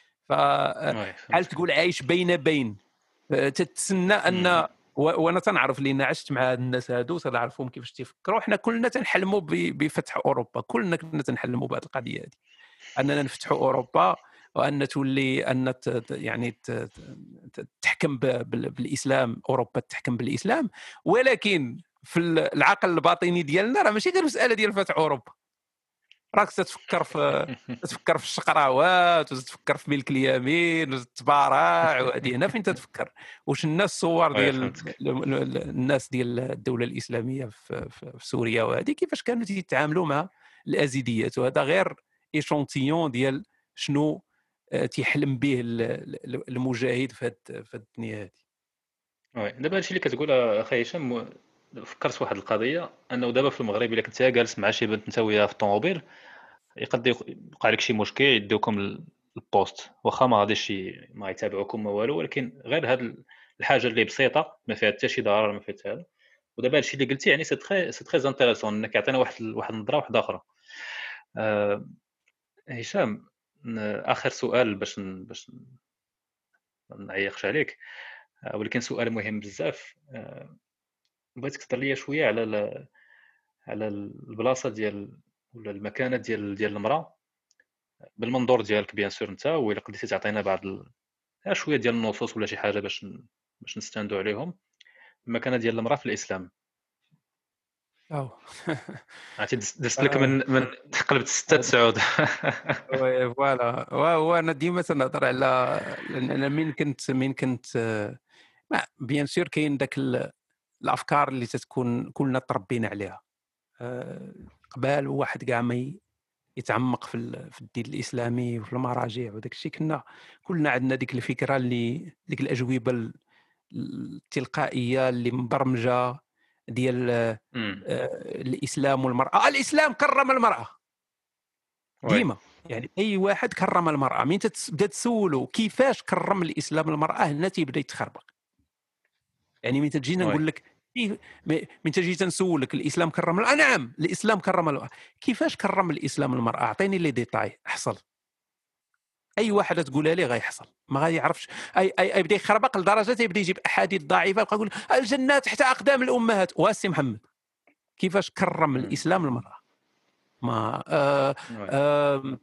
فحال تقول عايش بين بين تتسنى ان وانا تنعرف لان عشت مع الناس هادو تنعرفهم كيفاش تيفكروا. حنا كلنا تنحلموا بفتح اوروبا، كلنا كنا تنحلموا بهذه القضيه هذه، اننا نفتحوا اوروبا وان تولي ان يعني تحكم بالاسلام، اوروبا تحكم بالاسلام. ولكن في العقل الباطني ديالنا راه ماشي غير مساله ديال فتح اوروبا، راك تتفكر في تتفكر في الشقراوات وتتفكر في ملك اليمين والتبارع، وهذه هنا فين تتفكر. واش الناس الصور ديال الناس ديال الدوله الاسلاميه في, في سوريا وهذه كيفاش كانوا يتعاملوا مع الازيديات، وهذا غير ايشونتيون ديال شنو تيحلم به المجاهد في هذه الدنيا هذه. وي دابا هادشي اللي كتقول اخي هشام فكرت واحد القضيه، انه دابا في المغرب الا كنت جالس مع شي بنت انت وياها في الطوموبيل، يقد يوقع لك شي مشكل يديوكم البوست، واخا ما غاديش ما يتابعوكم ما والو، ولكن غير هاد الحاجه اللي بسيطه ما فيها حتى شي ضرر ما فيها حتى هذا. ودابا هادشي اللي قلتي يعني سي تري سي تري انتريسون انك عطينا واحد واحد النظره واحده اخرى. أه هشام اخر سؤال باش باش ما نعيقش عليك، ولكن سؤال مهم بزاف. أه بغيتك تهضر ليا شويه على ال... على البلاصه ديال ولا المكانه ديال ديال المراه بالمنظور ديالك بيان سور انت، وإلا قدرتي تعطينا بعض ال... شويه ديال النصوص ولا شي حاجه باش باش نستندوا عليهم. المكانه ديال المراه في الاسلام. او عرفتي دزت لك من من تقلبت ستة سعود. وي فوالا. وانا ديما تنهضر على انا من كنت من كنت ما بيان سور كاين داك الافكار اللي تتكون كلنا تربينا عليها قبال واحد كاع ما يتعمق في في الدين الاسلامي وفي المراجع وداك الشيء. كنا كلنا عندنا ديك الفكره اللي ديك الاجوبه التلقائيه اللي مبرمجه ديال آه الاسلام والمراه. الاسلام كرم المراه ديما، يعني اي واحد كرم المراه. مين تبدا تسولو كيفاش كرم الاسلام المراه هنا تيبدا يتخربق. يعني مين تجينا نقول لك من تجي تنسولك الاسلام كرم المراه، نعم الاسلام كرم المراه. كيفاش كرم الاسلام المراه؟ اعطيني لي ديتاي احصل. اي واحد تقولها ليه غيحصل، ما غيعرفش. اي اي, أي بدا يخربق لدرجه يبدا يجيب احاديث ضعيفه يبقى يقول الجنه تحت اقدام الامهات. واسي محمد كيفاش كرم الاسلام المراه؟ ما آه آه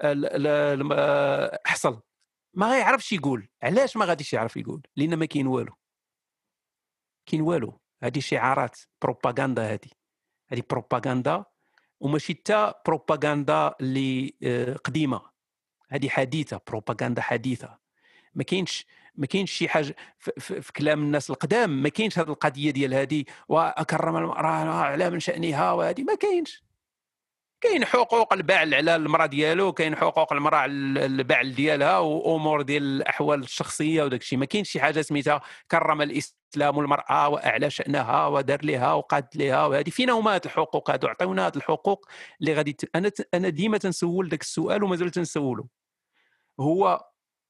آه حصل ما غيعرفش يقول. علاش ما غاديش يعرف يقول؟ لان ما كاين والو، كاين والو. هذه شعارات بروباغندا، هذه هذه بروباغندا، وماشي حتى بروباغندا اللي قديمه، هذه حديثه، بروباغندا حديثه. ما كاينش ما كاينش شي حاجه في, في, في كلام الناس القدام، ما كاينش هذه القضيه ديال هذه واكرم المراه على من شانها، وهذه ما كاينش. كاين حقوق البعل على المراه ديالو، كاين حقوق المراه على البعل ديالها، وامور ديال الاحوال الشخصيه وداك الشيء. ما كاينش شي حاجه سميتها كرم الاسلام المراه واعلى شانها ودار لها وقاد لها، وهذه فينا هما هاد الحقوق هادو؟ عطيونا هاد الحقوق اللي غادي ت... انا ت... انا ديما تنسول داك السؤال ومازال تنسولو. هو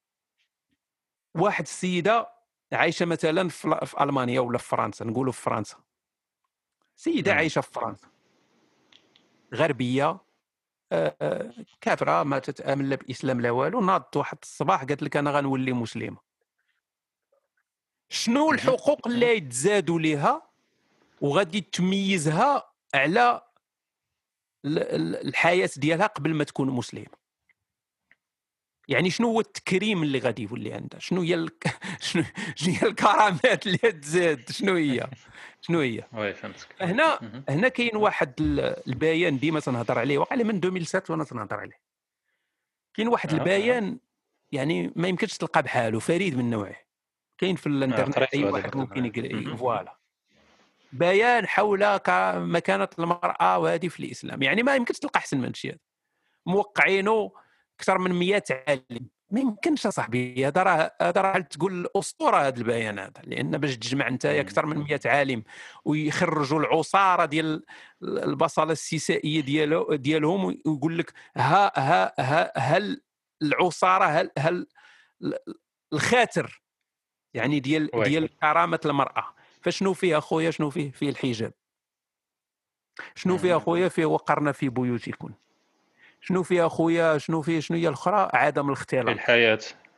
واحد السيده عايشه مثلا في, في المانيا ولا في فرنسا، نقولوا في فرنسا، سيده مم. عايشه في فرنسا غربيه كافره، ما تتامن لا بالاسلام لا والو، ناضت واحد الصباح قالت لك انا غنولي مسلمه. شنو الحقوق اللي يتزادوا لها وغادي تميزها على الحياه ديالها قبل ما تكون مسلمه؟ يعني شنو هو التكريم اللي غادي يولي عندها؟ شنو هي الك... شنو هي الكرامات اللي تزاد؟ شنو هي شنو هي وي فهمتك. هنا هنا كاين واحد البيان ديما تنهضر عليه، وقع من ألفين وسبعة وانا تنهضر عليه. كاين واحد آه. البيان يعني ما يمكنش تلقى بحاله، فريد من نوعه، كاين في الانترنت آه. اي واحد ممكن يقرا. فوالا بيان حول مكانه المراه وهذه في الاسلام، يعني ما يمكنش تلقى احسن من هادشي هذا. موقعينه اكثر من مئة عالم. ما يمكنش اصاحبي، هذا راه هذا راه تقول الاسطوره هذا البيان هذا، لان باش تجمع انت اكثر من مئة عالم ويخرجوا العصاره ديال البصله السيسائيه ديالو ديالهم ويقول لك ها ها ها هل العصاره هل هل الخاتر يعني ديال ديال كرامه المراه. فشنو فيه اخويا؟ شنو فيه؟ فيه الحجاب. شنو فيه اخويا؟ فيه وقرنا في بيوتكم. شنو فيه اخويا؟ شنو فيه؟ شنو هي الاخرى؟ عدم الاختلاط. الحياه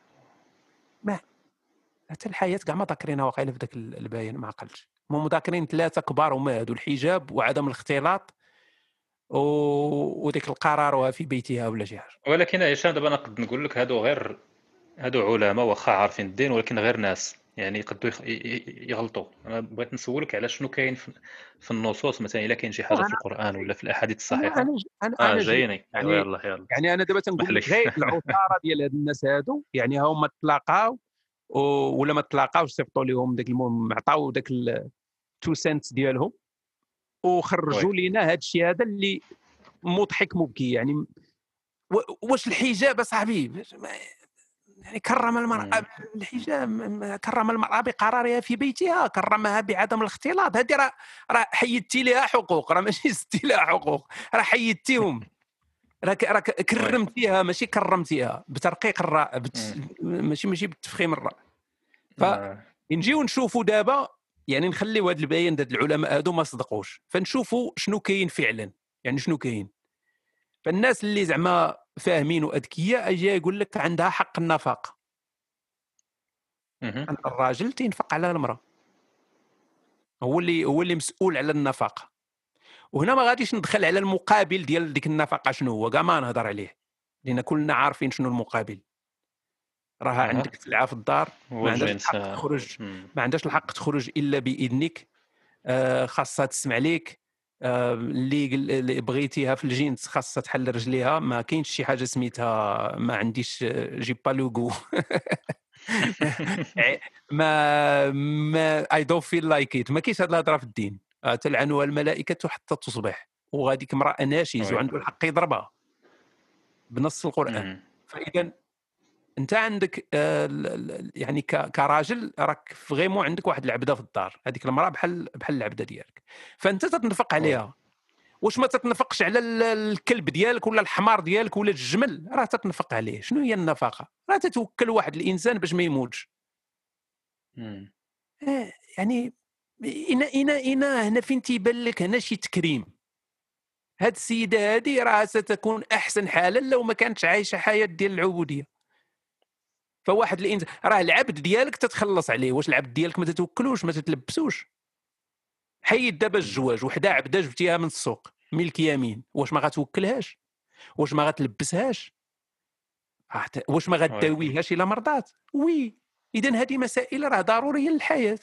ما حتى الحياه كاع ما ذاكرينها واقيلا في ذاك البيان، ما عقلتش. هما ذاكرين ثلاثه كبار هما هادو: الحجاب وعدم الاختلاط و... وديك القرار وها في بيتها ولا شي حاجه. ولكن هشام دابا انا نقد نقول لك هادو غير هادو علماء واخا عارفين الدين، ولكن غير ناس يعني يقدروا يخ... يغلطوا. انا بغيت نسولك على شنو كاين في... في النصوص مثلا، الا كاين شي حاجه في القران ولا في الاحاديث الصحيحه. انا انا اه انا جايني يعني يلا يلا يعني انا دابا تنقول لك غير العصاره ديال هاد الناس هادو، يعني هما تلاقاو ولا ما تلاقاوش، صيفطوا لهم داك المهم، عطاو داك التو سنت ديالهم وخرجوا لينا هاد الشيء هذا اللي مضحك مبكي. يعني واش الحجاب صاحبي يعني كرم المرأة الحجاب، كرم المرأة بقرارها في بيتها، كرمها بعدم الاختلاط. هذه راه راه حيدتي لها حقوق، راه ماشي زدتي لها حقوق، راه حيدتيهم، راه راه كرمتيها ماشي كرمتيها بترقيق الراء بت... ماشي ماشي بالتفخيم الراء. فنجيو نشوفوا دابا، يعني نخليو هذا البيان هاد العلماء هادو ما صدقوش، فنشوفوا شنو كاين فعلا. يعني شنو كاين؟ فالناس اللي زعما فاهمين واذكياء اجي يقول لك عندها حق النفقه، ان الراجل تينفق على المراه، هو اللي هو اللي مسؤول على النفقه. وهنا ما غاديش ندخل على المقابل ديال ديك النفقه شنو هو، كاع ما نهضر عليه، لان كلنا عارفين شنو المقابل. راه أه. عندك سلعه في الدار، ما عندهاش الحق تخرج، ما عندهاش الحق تخرج الا باذنك، آه خاصها تسمع ليك، آه اللي, اللي بغيتيها في الجنس خاصها تحل رجليها، ما كاينش شي حاجه سميتها ما عنديش جيب با لوغو ما ما اي دونت فيل لايك ات، ما كاينش هاد الهضره في الدين. آه تلعنها الملائكه حتى تصبح، وغاديك امراه ناشز وعنده الحق يضربها بنص القران. فاذا انت عندك آه يعني كراجل راك فريمون عندك واحد العبده في الدار، هذيك المراه بحال بحال العبده ديالك، فانت تتنفق عليها. واش ما تتنفقش على الكلب ديالك ولا الحمار ديالك ولا الجمل؟ راه تتنفق عليه. شنو هي النفقه؟ راه تتوكل واحد الانسان باش ما يموتش. آه يعني انا انا انا هنا فين تيبان لك هنا شي تكريم. هاد السيده هذه راه ستكون احسن حالا لو ما كانتش عايشه حياه ديال العبوديه. فواحد الانسان راه العبد ديالك تتخلص عليه، واش العبد ديالك ما تتوكلوش ما تتلبسوش؟ حيد دابا الزواج، وحده عبده جبتيها من السوق ملك يمين، واش ما غتوكلهاش؟ واش ما غتلبسهاش؟ واش ما غداويهاش الا مرضات؟ وي. اذا هذه مسائل راه ضروريه للحياه.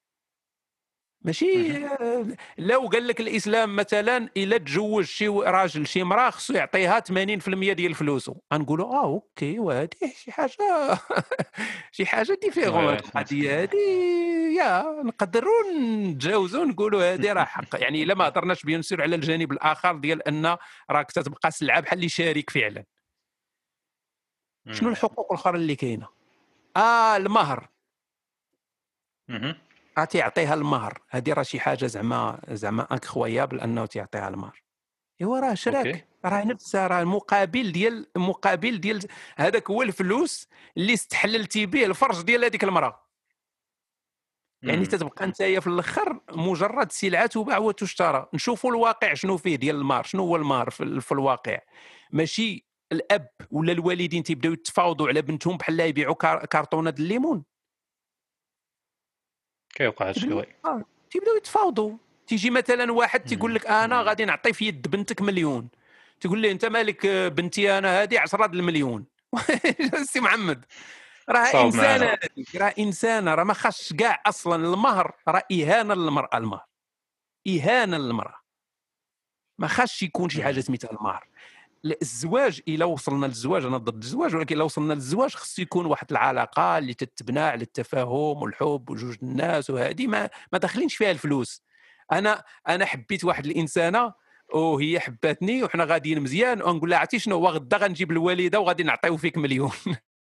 ماشي لو قال لك الاسلام مثلا الا تزوج شي راجل شي امراه خصو يعطيها ثمانين بالمئة ديال فلوسه، غنقولوا اه اوكي وهذه شي حاجه شي حاجه ديفيرون. القضيه هذه يا نقدروا نتجاوزوا نقولوا هذه راه حق. يعني الا ما هضرناش بيان سور على الجانب الاخر ديال ان راك تتبقى سلعه بحال اللي شارك فعلا. شنو الحقوق الاخرى اللي كاينه؟ اه المهر. اه تيعطيها المهر، هذه راه شي حاجه زعما زعما انكرويابل انه تيعطيها المهر. ايوا راه شراك، راه نفسها راه المقابل ديال المقابل ديال هذاك هو الفلوس اللي استحللتي به الفرج ديال هذيك المراه. يعني تتبقى نتايا في الاخر مجرد سلعه تباع وتشترى. نشوفوا الواقع شنو فيه ديال المهر، شنو هو المهر في, في الواقع. ماشي الاب ولا الوالدين تيبداو يتفاوضوا على بنتهم بحال لا يبيعوا كارطونه د الليمون. كيوقع هادشي وي. آه. تيبداو يتفاوضوا. تيجي مثلا واحد تيقول لك انا غادي نعطي في يد بنتك مليون، تقول لي انت مالك بنتي انا هذه عشرة المليون. سي محمد راه انسانه، راه انسانه، راه ما خاصش كاع اصلا المهر، راه اهانه للمراه. المهر اهانه للمراه، ما خاصش يكون شي حاجه سميتها المهر. الزواج الا وصلنا للزواج، انا ضد الزواج، ولكن الا وصلنا للزواج خص يكون واحد العلاقه اللي تتبنى على التفاهم والحب وجوج الناس، وهذه ما ما داخلينش فيها الفلوس. انا انا حبيت واحد الانسانه وهي حباتني وحنا غاديين مزيان، ونقول لها عرفتي شنو هو غدا غنجيب الوالده وغادي نعطيو فيك مليون.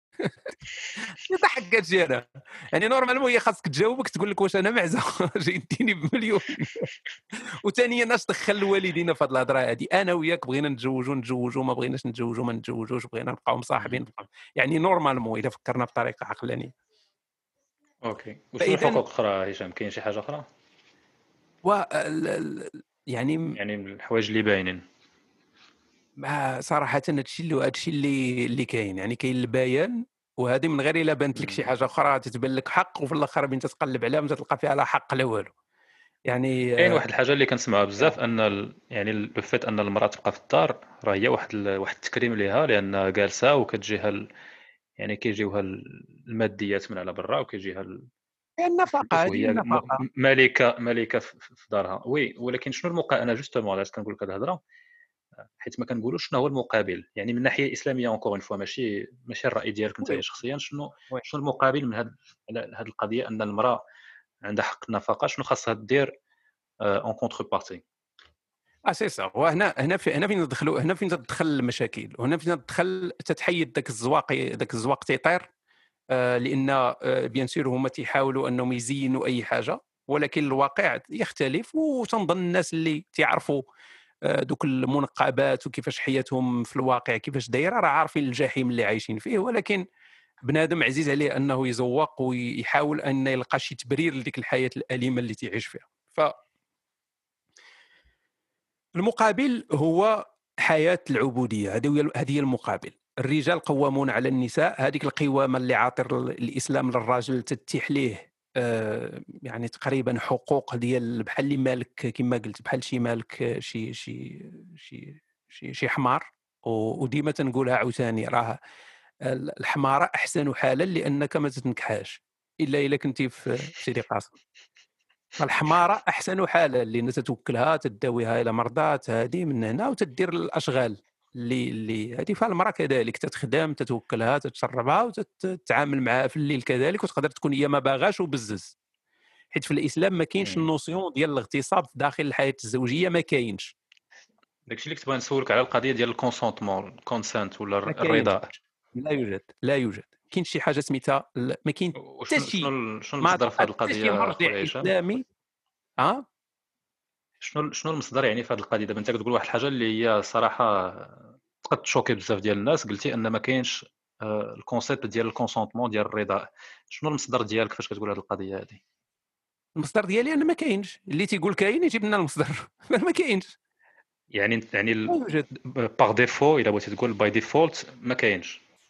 يضحك هادشي هذا. يعني نورمالمون هي خاصك تجاوبك تقول لك واش انا معزه جاي ديني بمليون. وثانيا ناش دخل الوالدين في هذه الهضره هذه. انا وياك بغينا نتزوجوا نتزوجوا، ما بغيناش نتزوجوا ما نتزوجوش، بغينا نبقاو مصاحبين. يعني نورمالمون اذا فكرنا بطريقه عقلانيه. اوكي. وشنو الحقوق الاخرى هشام؟ كاين شي حاجه اخرى؟ و يعني يعني من الحوايج اللي باينين ما صراحه هادشي اللي هادشي اللي اللي كاين. يعني كاين البيان، وهذه من غير الا بانت لك شي حاجه اخرى تتبان لك حق، وفي الاخر بين تتقلب عليها ما تلقى فيها لا حق لا والو. يعني كاين واحد الحاجه اللي كنسمعها بزاف، ان ال... يعني لو فيت ان المراه تبقى في الدار راه هي واحد ال... واحد التكريم ليها، لان جالسه وكتجيها ال... يعني كيجيوها الماديات من على برا، وكيجيها ال... النفقه هذه وهي النفقه ملكه ملكه في دارها. وي، ولكن شنو المقابل؟ انا جوستومون علاش كنقول لك هذه الهضره، حيت ما كنقولوش شنو هو المقابل. يعني من ناحيه اسلاميه اونكور اون فوا، ماشي ماشي الراي ديالك انت شخصيا. شنو شنو المقابل من هذه هذه القضيه، ان المراه عندها حق النفقه؟ شنو خاصها دير اون كونتر بارتي؟ اه سي سا. وهنا هنا في هنا فين ندخلوا، هنا فين تدخل المشاكل، وهنا فين تدخل تتحيد داك الزواق داك الزواق تيطير. آه لان آه بيان سور هما تيحاولوا انهم يزينوا اي حاجه، ولكن الواقع يختلف. وتنظن الناس اللي تيعرفوا آه دوك المنقبات وكيفاش حياتهم في الواقع كيفاش دايره، راه عارفين الجحيم اللي عايشين فيه. ولكن بنادم عزيز عليه انه يزوق ويحاول ان يلقى شي تبرير لديك الحياه الاليمه اللي تيعيش فيها. ف المقابل هو حياة العبودية. هذه هي المقابل. الرجال قوامون على النساء. هذيك القوامة اللي عاطر الإسلام للراجل تتيح ليه آه يعني تقريبا حقوق ديال بحال اللي مالك كما قلت، بحال شي مالك شي شي شي شي, شي حمار. وديما تنقولها عاوتاني، راه الحمارة أحسن حالا لأنك ما تتنكحاش إلا إلا كنتي في سيدي قاسم. الحمارة أحسن حالا لأن تتوكلها تداويها إلى مرضات هذه من هنا، وتدير الأشغال اللي اللي هذه. فالمرأة كذلك تتخدم تتوكلها تتشربها وتتعامل معها في الليل كذلك، وتقدر تكون هي ما باغاش وبزز. حيت في الإسلام ما كاينش النوسيون ديال الاغتصاب داخل الحياة الزوجية، ما كاينش. داكشي اللي كنت بغي نسولك على القضية ديال الكونسونتمون، الكونسنت ولا الرضا. لا يوجد لا يوجد كاين شي حاجة سميتها، ما كاين حتى شي. شنو شنو المصدر في هذه القضية مرجع إسلامي؟ ها شنو شنو المصدر يعني في هذه القضيه؟ دابا انت كتقول واحد الحاجه اللي هي صراحه تقد تشوكي بزاف ديال الناس، قلتي ان ما كاينش الكونسيبت ديال الكونسونطمون ديال الرضا. شنو المصدر ديالك فاش كتقول هذه القضيه هذه؟ المصدر ديالي انا ما كاينش. اللي تيقول كاين يجيب لنا المصدر. ما كاينش. يعني يعني باغ ديفو الا بغيتي تقول باي ديفولت ما كاينش.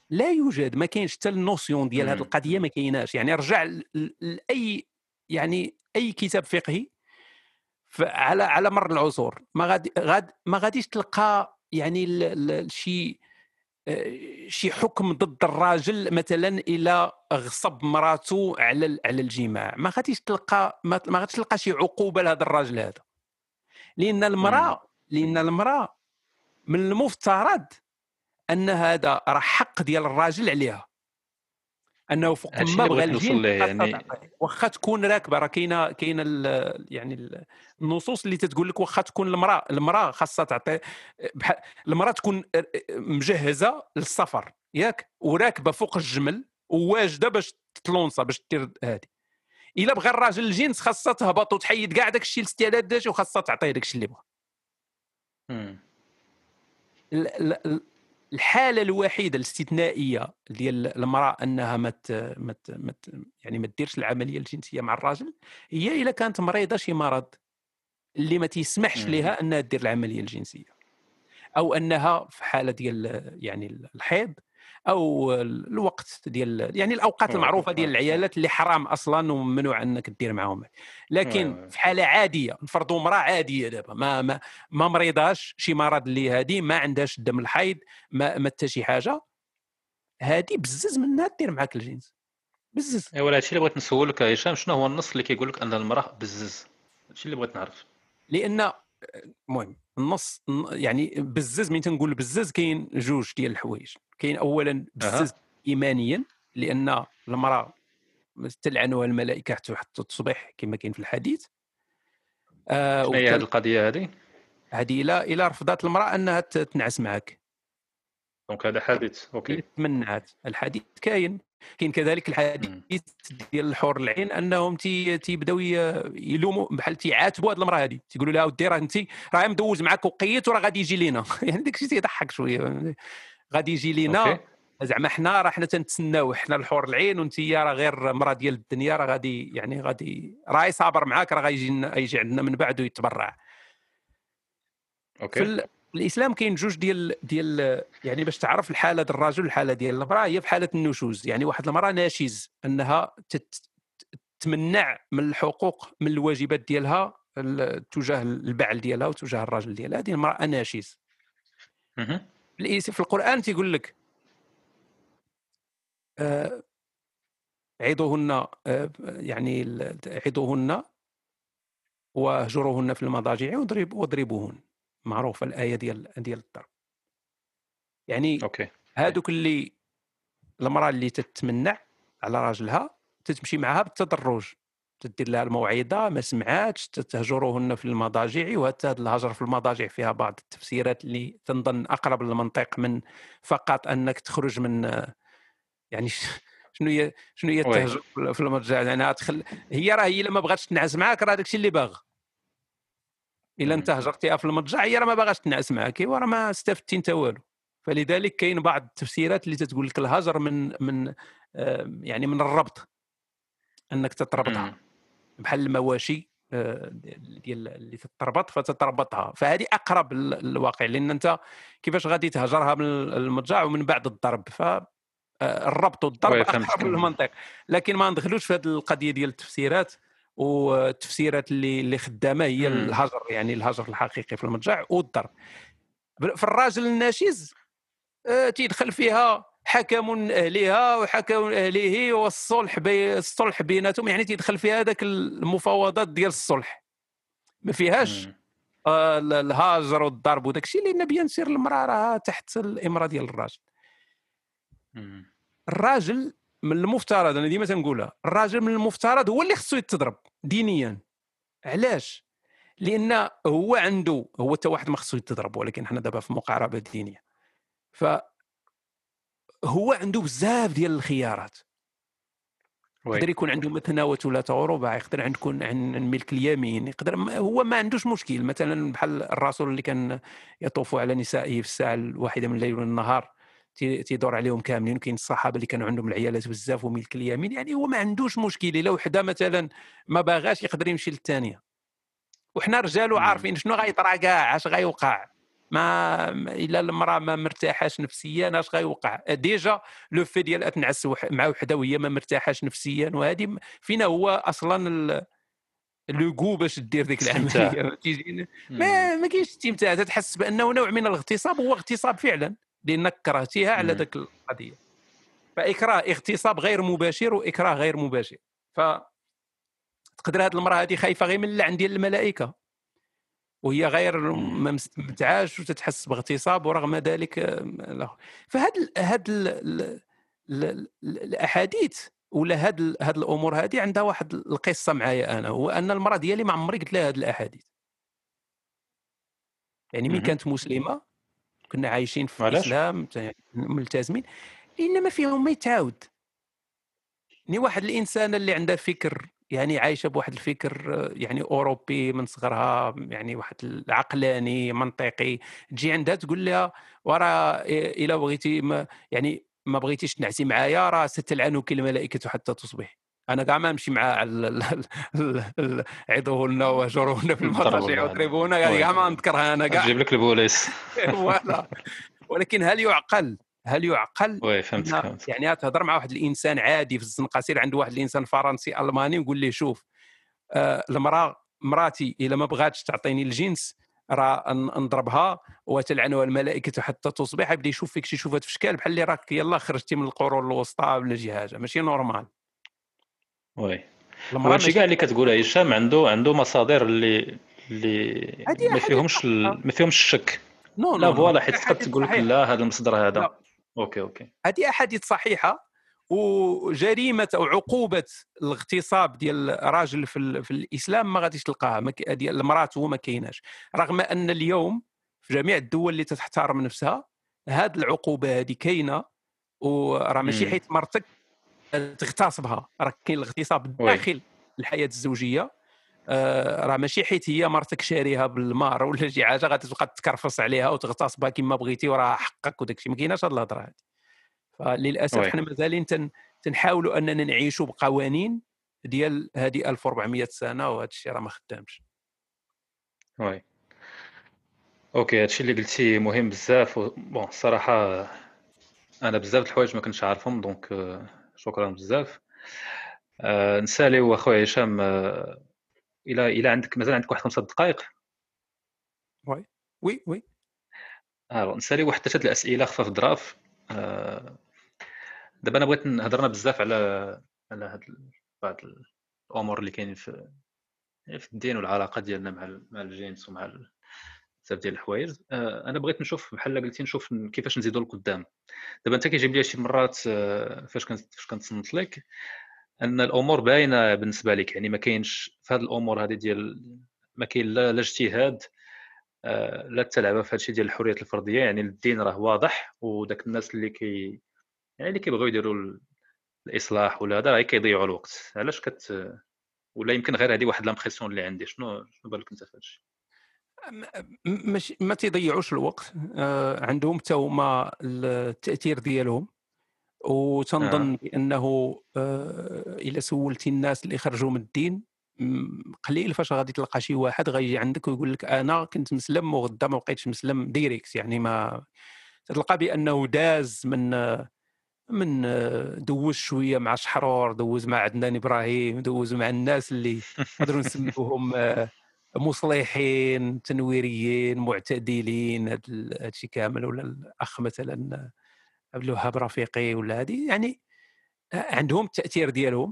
لا يوجد، ما كاينش حتى النوسيون ديال هذه مم. القضيه، ما كايناش. يعني رجع ل- ل- لاي يعني اي كتاب فقهي ف- على على مر العصور ما غادي غاد ما غاديش تلقى يعني ال- ال- شي آه، شي حكم ضد الراجل مثلا الى غصب مراته على ال- على الجماع. ما غاديش تلقى ما ما غاديش تلقى شي عقوبه لهذا الراجل هذا، لان المراه لان المراه من المفترض ان هذا راه حق ديال الراجل عليها، انه فوق هادشي ما اللي بغى بغيت نوصل الجنس ليه خاصها يعني. تعطيه. واخا تكون راكبه، راه كاينه كاينه ال- يعني ال- النصوص اللي تتقول لك واخا تكون المراه المراه خاصها تعطي بحال المراه تكون مجهزه للسفر ياك، وراكبه فوق الجمل وواجده باش تطلونصا باش دير هذه. الا بغى الراجل الجنس خاصها تهبط وتحيد كاع داك الشيء الاستعداد داك، وخاصها تعطيه داك الشيء اللي بغى. مم. ال- ال- ال- الحاله الوحيده الاستثنائيه ديال المراه انها ما مت مت مت يعني ما ديرش العمليه الجنسيه مع الراجل هي الا كانت مريضه شي مرض اللي ما تيسمحش مم. لها انها دير العمليه الجنسيه، او انها في حاله ديال يعني الحيض، او الوقت ديال يعني الاوقات وي- المعروفه ديال وي. العيالات اللي حرام اصلا وممنوع انك دير معاهم. وي- لكن وي. في حاله عاديه نفرضوا امراه عاديه دابا ما ما ما مريضاش شي مرض اللي هذه ما عندهاش دم الحيض ما ما حتى شي حاجه، هذه بزز منها دير معاك الجنس بزز. ايوا هادشي اللي بغيت نسولك هشام، شنو هو النص اللي كيقول لك ان المراه بزز؟ هادشي اللي بغيت نعرف. لان المهم النص يعني بزز، من تنقول بزز كاين جوج ديال الحوايج. كاين اولا بزز اها ايمانيا، لان المراه تلعنها الملائكه حتى تصبح كما كاين في الحديث. آه شنو هي هاد القضيه هادي؟ هذه الى الى رفضت المراه انها ت- تنعس معك دونك هذا حادث. اوكي. هي تمنعت. الحديث كاين كاين كذلك الحديث مم. ديال الحور العين انهم تي تيبداو ي- يلوموا بحال تيعاتبوا هذه المراه هذه، تيقولوا لها ودي راه انت راه مدوز معك وقيت وراه غادي يجي لينا يعني داك الشيء تيضحك شويه، غادي يجي لينا اوكي. زعما حنا راه حنا تنتسناو حنا الحور العين وانت راه غير مراه ديال الدنيا، راه غادي يعني غادي راه صابر معاك راه غيجي لنا- يجي عندنا من بعد ويتبرع. في اوكي. ال- الاسلام كاين جوج ديال ديال يعني باش تعرف الحاله ديال الرجل الحاله ديال المراه هي في حاله النشوز. يعني واحد المراه ناشز انها تت- تمنع من الحقوق من الواجبات ديالها ال- تجاه البعل ديالها وتجاه الراجل ديالها، هذه المراه ناشز. مهم. الإس- في القران تيقول لك آه، عظوهن آه، يعني ال- عظوهن واهجروهن في المضاجع واضرب واضربوهن، معروفه الايه ديال ديال الضرب. يعني اوكي. هادوك اللي المراه اللي تتمنع على راجلها تتمشي معها بالتدرج، تدير لها الموعظه ما سمعاتش تهجروهن في المضاجع. وحتى هذا الهجر في المضاجع فيها بعض التفسيرات اللي تنظن اقرب للمنطق من فقط انك تخرج من يعني شنو هي شنو هي وي. التهجر في المضجع. يعني تخل... هي راه هي لما بغاتش تنعس معاك راه داكشي اللي باغ. الا مم. انت هجرتيها في المضجع هي راه ما باغاش تنعس معاك، ايوا راه ما استفدتي انت والو. فلذلك كاين بعض التفسيرات اللي تتقول لك الهجر من من آه، يعني من الربط، انك تتربطها مم. بحال المواشي آه، ديال اللي تتربط فتتربطها. فهذه اقرب لل- للواقع، لان انت كيفاش غادي تهجرها من المضجع ومن بعد الضرب، فالربط والضرب وي فهمتك. اقرب للمنطق. لكن ما ندخلوش في هذه القضيه ديال التفسيرات، والتفسيرات اللي اللي خدامه هي مم. الهجر، يعني الهجر الحقيقي في المضجع والضرب. في الراجل الناشز آه، تيدخل فيها حكم اهلها وحكم اهله والصلح بي الصلح بيناتهم، يعني تيدخل فيها هذاك المفاوضات ديال الصلح، ما فيهاش مم. آه، الهاجر والضرب وداك الشيء، لان بيان سير المراه راه تحت الامره ديال الراجل. مم. الراجل من المفترض، انا ديما تنقولها، الراجل من المفترض هو اللي خصو يتضرب دينيا. علاش؟ لان هو عنده هو حتى واحد ما خصو يتضرب، ولكن حنا دابا في مقاربه دينيه، فهو عنده بزاف ديال الخيارات. وي. يقدر يكون عنده مثنى وثلاثة ورباع، يقدر يكون عن الملك اليمين، يقدر هو ما عندوش مشكل. مثلا بحال الرسول اللي كان يطوف على نسائه في الساعه الواحده من الليل والنهار تي- تيدور عليهم كاملين. وكاين الصحابه اللي كانوا عندهم العيالات بزاف وملك اليمين، يعني هو ما عندوش مشكل. الا وحده مثلا ما باغاش يقدر يمشي للثانيه. وحنا رجال مم. عارفين شنو غيطرا كاع اش غيوقع. ما الا المراه ما مرتاحاش نفسيا اش غيوقع؟ ديجا لو في ديال تنعس مع وحده وهي ما مرتاحاش نفسيا، وهذه فينا هو اصلا لو غو باش دير ديك العمليه تيجي ما ما كاينش استمتاع، تحس بانه نوع من الاغتصاب، هو اغتصاب فعلا لانك كرهتيها على ذاك القضيه. فاكراه اغتصاب غير مباشر واكراه غير مباشر. ف تقدر هذه المراه هذه خايفه غير من اللعن ديال الملائكه، وهي غير ما مستمتعاش وتتحس باغتصاب، ورغم ذلك لا. فهاد هاد الاحاديث ولا هاد هاد الامور هذه عندها واحد القصه معايا انا، هو ان المراه ديالي ما عمري قلت لها هاد الاحاديث. يعني ملي كانت مسلمه كنا عايشين في الاسلام ملتزمين، انما فيهم ما يتعاود. يعني واحد الانسان اللي عنده فكر، يعني عايشه بواحد الفكر يعني اوروبي من صغرها، يعني واحد العقلاني منطقي، تجي عندها تقول لها وراه الا بغيتي ما يعني ما بغيتيش تنعسي معايا راه ستلعنك الملائكه حتى تصبح. انا كاع ما نمشي مع عظوهن وهجرهن في المضاجع واضربوهن، كاع ما نذكرها انا كاع نجيب لك البوليس. فوالا. ولكن هل يعقل هل يعقل وي فهمتك فهمتك. يعني تهضر مع واحد الانسان عادي في الزنقه، سير عند واحد الانسان فرنسي الماني وقول ليه شوف آه المراه مراتي الا ما بغاتش تعطيني الجنس راه نضربها وتلعنها الملائكه حتى تصبح. يبدا يشوف فيك شي شوفات في شكال بحال اللي راك يلا خرجتي من القرون الوسطى ولا شي حاجه ماشي نورمال. وي وهادشي كاع اللي كتقولها هشام عنده عنده مصادر اللي اللي ما فيهمش ال... ما فيهمش الشك. نو لا نو فوالا حيت تقدر تقول لك لا هذا المصدر هذا لا. اوكي اوكي هذه احاديث صحيحه. وجريمه او عقوبه الاغتصاب ديال الراجل في, في الاسلام ما غاديش تلقاها، ديال المراه هو ما كايناش، رغم ان اليوم في جميع الدول اللي تحترم نفسها هذه العقوبه هذه كاينه. وراه ماشي حيت مرتك تغتصبها، راه كاين الاغتصاب داخل الحياه الزوجيه. آه راه ماشي حيت هي مرتك شاريها بالمار ولا شي حاجه غادي تبقى تكرفص عليها وتغتصبها كما بغيتي وراه حقك وداك الشيء، ما كايناش هاد الهضره هذه. فللاسف حنا مازالين تن... تنحاولوا اننا نعيشوا بقوانين ديال هذه ألف وأربعمائة سنه، وهذا الشيء راه ما خدامش. وي اوكي هادشي اللي قلتي مهم بزاف. و... بون الصراحه انا بزاف د الحوايج ما كنتش عارفهم، دونك شكرا بزاف. أه نساليو اخويا هشام، أه الى الى عندك مازال عندك واحد خمسة دقائق. وي وي وي الو نسالي واحد ثلاثه الاسئله خفاف ظراف. أه دابا انا بغيت نهضرنا بزاف على على هاد بعض الامور اللي كاينين في في الدين والعلاقه ديالنا مع مع الجنس ومع بزاف ديال الحوايج. أه انا بغيت نشوف بحال قلتي نشوف كيفاش نزيدوا لقدام. دابا انت كيجيب لي شي مرات فاش كنت فاش كنتصنت لك ان الامور باينه بالنسبه لك، يعني ما كاينش في هذه الامور هذه ديال ما كاين لا لا اجتهاد آه لا تلعب في هادشي ديال الحريات الفرديه. يعني الدين راه واضح، وداك الناس اللي كي يعني اللي كيبغيو يديروا الاصلاح ولا هذا راه كيضيعوا الوقت. علاش كت ولا يمكن غير هذه واحد لامبرسيون اللي عندي؟ شنو شنو بالك انت في هادشي؟ ماشي ما تيضيعوش الوقت، آه عندهم حتى هما التاثير ديالهم. وتنظن آه. بانه آه الى سولتي الناس اللي خرجوا من الدين قليل فاش غادي تلقى شي واحد غيجي عندك ويقول لك انا كنت مسلم وغدا ما بقيتش مسلم ديريكت. يعني ما تلقى بانه داز من من دوز شويه مع شحرور، دوز مع عدنان ابراهيم، دوز مع الناس اللي نقدروا نسميوهم مصلحين تنويريين معتدلين، هذا الشيء كامل. ولا الاخ مثلا عبد الوهاب رفيقي ولا هذه، يعني عندهم التاثير ديالهم.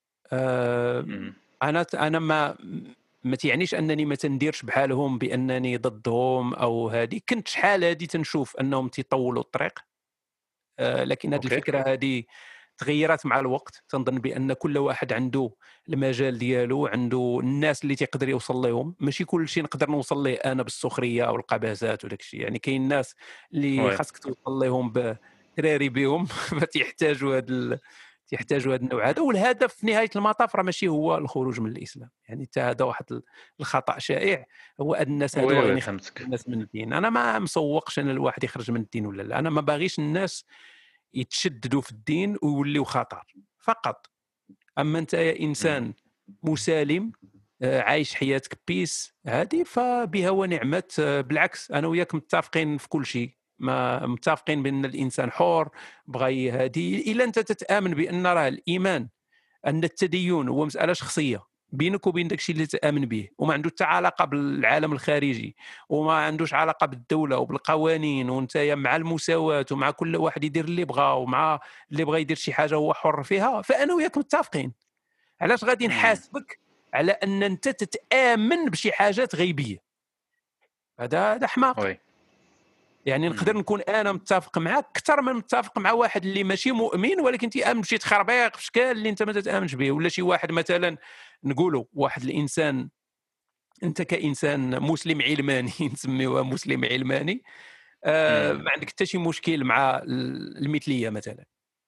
آه انا انا ما ما تيعنيش انني ما تنديرش بحالهم بانني ضدهم او هذه. كنت شحال هذه تنشوف انهم تيطولوا الطريق، آه لكن هذه الفكره هذه تغيرت مع الوقت. تنظن بان كل واحد عنده المجال ديالو، عنده الناس اللي تيقدر يوصل لهم. ماشي كل شيء نقدر نوصل ليه انا بالسخريه او القباسات وداك الشيء. يعني كاين الناس اللي خاصك توصل لهم بتراري بهم فتحتاجوا هذا ال... تحتاجوا هذا النوع هذا. والهدف في نهايه المطاف راه ماشي هو الخروج من الاسلام. يعني حتى هذا واحد الخطا شائع، هو ان الناس هذو غادي يخرجوا الناس من الدين. انا ما مسوقش ان الواحد يخرج من الدين ولا لا. انا ما باغيش الناس يتشددوا في الدين ويوليو خطر فقط. اما انت يا انسان مسالم عايش حياتك بيس هذه فبها ونعمت. بالعكس انا وياك متفقين في كل شيء، ما متفقين بان الانسان حر بغى هذه. الا انت تتامن بان راه الايمان ان التدين هو مساله شخصيه بينك وبين داكشي اللي تامن به، وما عنده حتى علاقه بالعالم الخارجي، وما عندوش علاقه بالدوله وبالقوانين، وانت مع المساواه ومع كل واحد يدير اللي بغى، ومع اللي بغى يدير شي حاجه هو حر فيها، فانا وياك متفقين. علاش غادي نحاسبك على ان انت تتامن بشي حاجات غيبيه؟ هذا هذا حماق. يعني نقدر نكون انا متفق معك اكثر من متفق مع واحد اللي ماشي مؤمن ولكن تيامن بشي تخربيق في شكل اللي انت ما تتامنش به. ولا شي واحد مثلا نقولوا واحد الانسان، انت كانسان مسلم علماني نسميوه مسلم علماني، آه ما عندك حتى شي مشكل مع المثليه مثلا.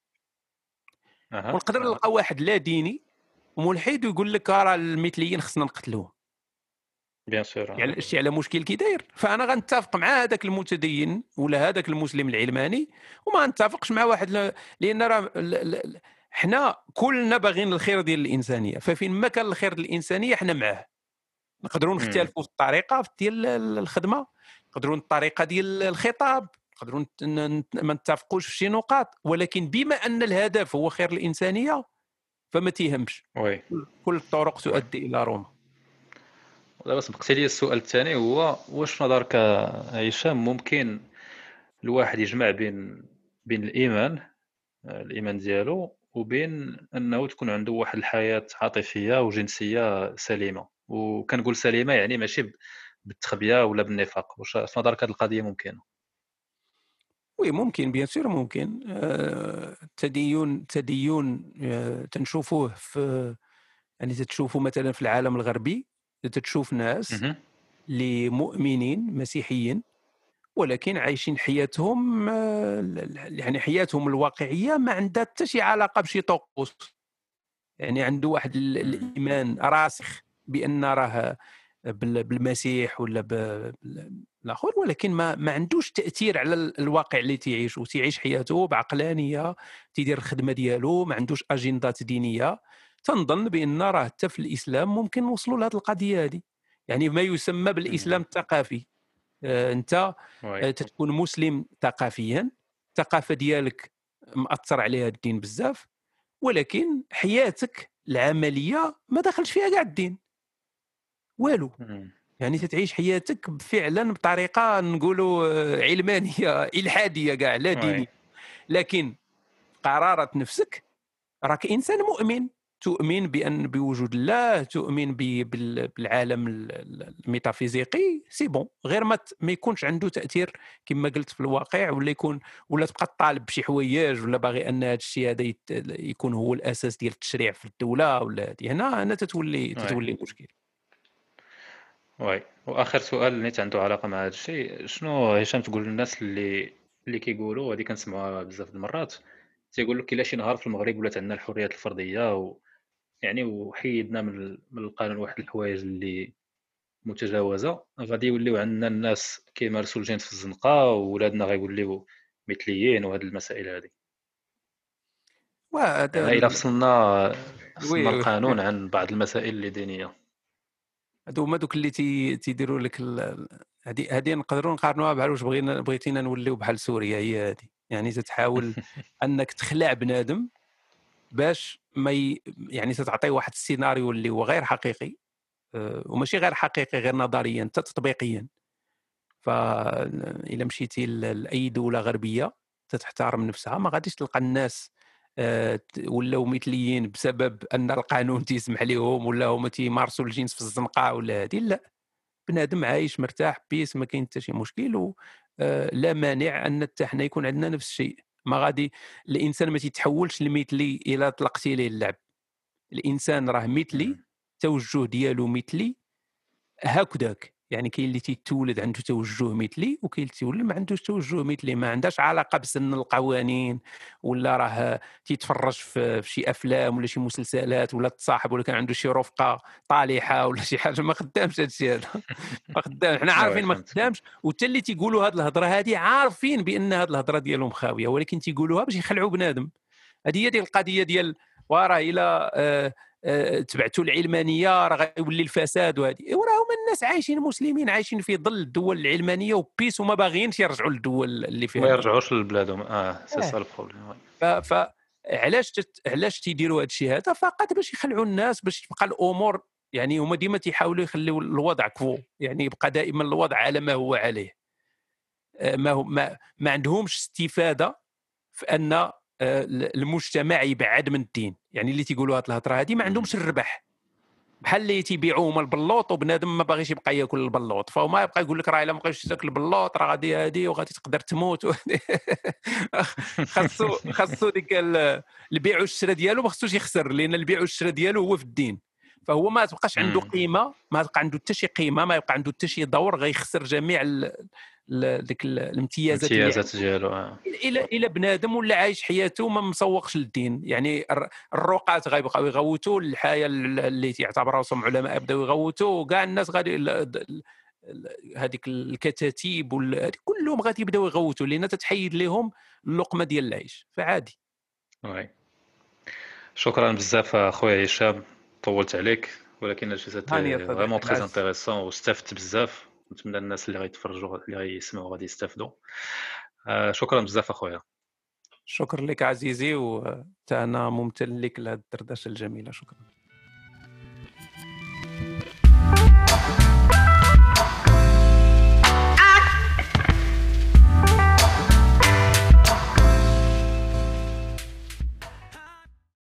أه. ونقدر نلقى واحد لا ديني وملحد ويقول لك راه المثليين خصنا نقتلوهم. بيان سور. يعني شي على مشكل كي داير، فانا غنتفق مع هذاك المتدين ولا هذاك المسلم العلماني، وما نتفقش مع واحد ل... لان راه حنا كلنا باغيين الخير ديال الانسانيه، ففين ما كان الخير ديال الانسانيه حنا معاه. نقدروا نختلفوا في الطريقه ديال الخدمه، نقدروا الطريقه ديال الخطاب، نقدروا ما نتفقوش في شي نقاط، ولكن بما ان الهدف هو خير الانسانيه فما تيهمش. وي. كل الطرق تؤدي الى روما. دابا سبقتي لي السؤال الثاني، هو واش في نظرك هشام ممكن الواحد يجمع بين بين الايمان الايمان ديالو وبين انه تكون عنده واحد الحياه عاطفيه وجنسيه سليمه؟ وكنقول سليمه يعني ماشي بالتخبيه ولا بالنفاق. واش في نظرك هذه القضيه ممكنه؟ وي ممكن، بيان سور ممكن. التدين آه تدين آه تنشوفوه في، يعني تتشوفوا مثلا في العالم الغربي تتشوف ناس اللي مؤمنين مسيحيين ولكن عايشين حياتهم آه يعني حياتهم الواقعيه ما عندها حتى شي علاقه بشي طقوس. يعني عنده واحد الايمان راسخ بان راه بالمسيح ولا بالاخر، ولكن ما ما عندوش تاثير على الواقع اللي تيعيش، وتيعيش حياته بعقلانيه، تيدير الخدمه ديالو، ما عندوش اجندات دينيه. تنظن بان راه حتى في الاسلام ممكن نوصلوا لهذه القضيه هذه، يعني ما يسمى بالاسلام الثقافي. آه انت آه تكون مسلم ثقافيا، الثقافه ديالك مأثر عليها الدين بزاف، ولكن حياتك العمليه ما دخلش فيها كاع الدين والو. يعني تتعيش حياتك فعلا بطريقه نقولوا علمانيه الحاديه كاع لا دينيه، لكن قرارة نفسك راك انسان مؤمن، تؤمن بان بوجود الله، تؤمن بالعالم الميتافيزيقي، سي بون، غير ما ما يكونش عنده تاثير كما قلت في الواقع، ولا يكون ولا تبقى تطالب بشي حوايج، ولا باغي ان هذا الشيء هذا يكون هو الاساس ديال التشريع في الدوله ولا هذه. هنا هنا تتولي تتولي مشكل. وي. واخر سؤال نيت عنده علاقه مع هذا الشيء، شنو هشام تقول للناس اللي اللي كيقولوا هذه كنسمعوها بزاف د المرات، تيقول لك الا شي نهار في المغرب ولات عندنا الحريات الفرديه و يعني وحيدنا من من القانون واحد الحوايج اللي متجاوزه، غادي يوليو عندنا الناس كيمارسوا الجنس في الزنقه وولادنا غيوليو مثليين وهاد المسائل هذه. وهذا الى فصلنا فصلنا القانون عن بعض المسائل اللي دينيه، هادو هما دوك اللي تي تيديروا لك هذه هذه نقدروا نقارنوها بحال واش بغينا بغيتينا نوليو بحال سوريا، هي هذه. يعني تتحاول انك تخلع بنادم باش ما ي... يعني تتعطيه واحد السيناريو اللي هو غير حقيقي، أه وماشي غير حقيقي غير نظريا حتى تطبيقيا. فإلا مشيتي لاي دوله غربيه تتحترم نفسها ما غاديش تلقى الناس أه ولاو مثليين بسبب ان القانون تيسمح لهم، ولا هما تيمارسوا الجنس في الزنقه ولا هذه. لا، بنادم عايش مرتاح بيس، ما كاين حتى شي مشكل، و أه لا مانع ان حتى حنا يكون عندنا نفس الشيء. ما غادي الانسان ما تيتحولش لمثلي الا طلقتي ليه اللعب. الانسان راه مثلي، توجه ديالو مثلي هكذاك. يعني كاين اللي تيتولد عنده توجه مثلي، وكاين اللي تيولد ما عندوش توجه مثلي. ما عندهاش علاقه بسن القوانين، ولا راه تيتفرج في شي افلام ولا شي مسلسلات، ولا تصاحب، ولا كان عنده شي رفقه طالحه ولا شي حاجه. ما خدامش هذا الشيء هذا، ما خدام. حنا عارفين ما خدامش، وحتى اللي تيقولوا هذه الهضره هذه عارفين بان هذه الهضره ديالهم خاويه، ولكن تيقولوها باش يخلعوا بنادم. هذه هي ديال القضيه ديال وراه الى آه آه، تبعتوا العلمانيه راه غيولي الفساد وهذه، وراهم الناس عايشين مسلمين عايشين في ظل الدول العلمانيه وبيس وما باغيينش يرجعوا للدول اللي فيها ما يرجعوش لبلادهم. اه سي سا البروبليم. ف ف علاش تت... علاش تيديروا هذا الشيء هذا؟ فقط باش يخلعوا الناس، باش تبقى الامور يعني هما ديما تيحاولوا يخليوا الوضع كفو، يعني يبقى دائما الوضع على ما هو عليه. ما هو ما, ما عندهمش استفاده في ان آه، المجتمع يبعد من الدين، يعني اللي تيقولوا هذه الهضره هذه ما عندهمش الربح، بحال اللي تيبيعوا هما البلوط وبنادم ما باغيش يبقى ياكل البلوط، فهما يبقى يقول لك راه الا ما بقيتش تاكل البلوط راه غادي هادي وغادي تقدر تموت. خاصو خاصو ديك البيع والشراء ديالو ما خصوش يخسر، لان البيع والشراء ديالو هو في الدين، فهو ما تبقاش عنده قيمه، ما تبقى عنده حتى شي قيمه، ما يبقى عنده حتى شي دور، غيخسر جميع ديك الامتيازات الامتيازات ديالو. الى الى بنادم ولا عايش حياته ما مسوقش للدين، يعني الرقاة غيبقاو يغوتوا، الحياه اللي تعتبر راسهم علماء بداو يغوتوا، وكاع الناس غادي هذيك الكتاتيب كلهم غادي يبداو يغوتوا، لان تتحيد لهم اللقمه ديال العيش، فعادي. وي شكرا بزاف اخويا هشام، طولت عليك، ولكن الجلسه فريمون تري انتريسون واستفدت بزاف، نتمنى الناس اللي غيتفرجوا اللي غيسمعوا غادي يستافدوا. آه شكرا بزاف اخويا. شكرا لك عزيزي، وتا انا ممتن لك لهذه الدردشه الجميله، شكرا.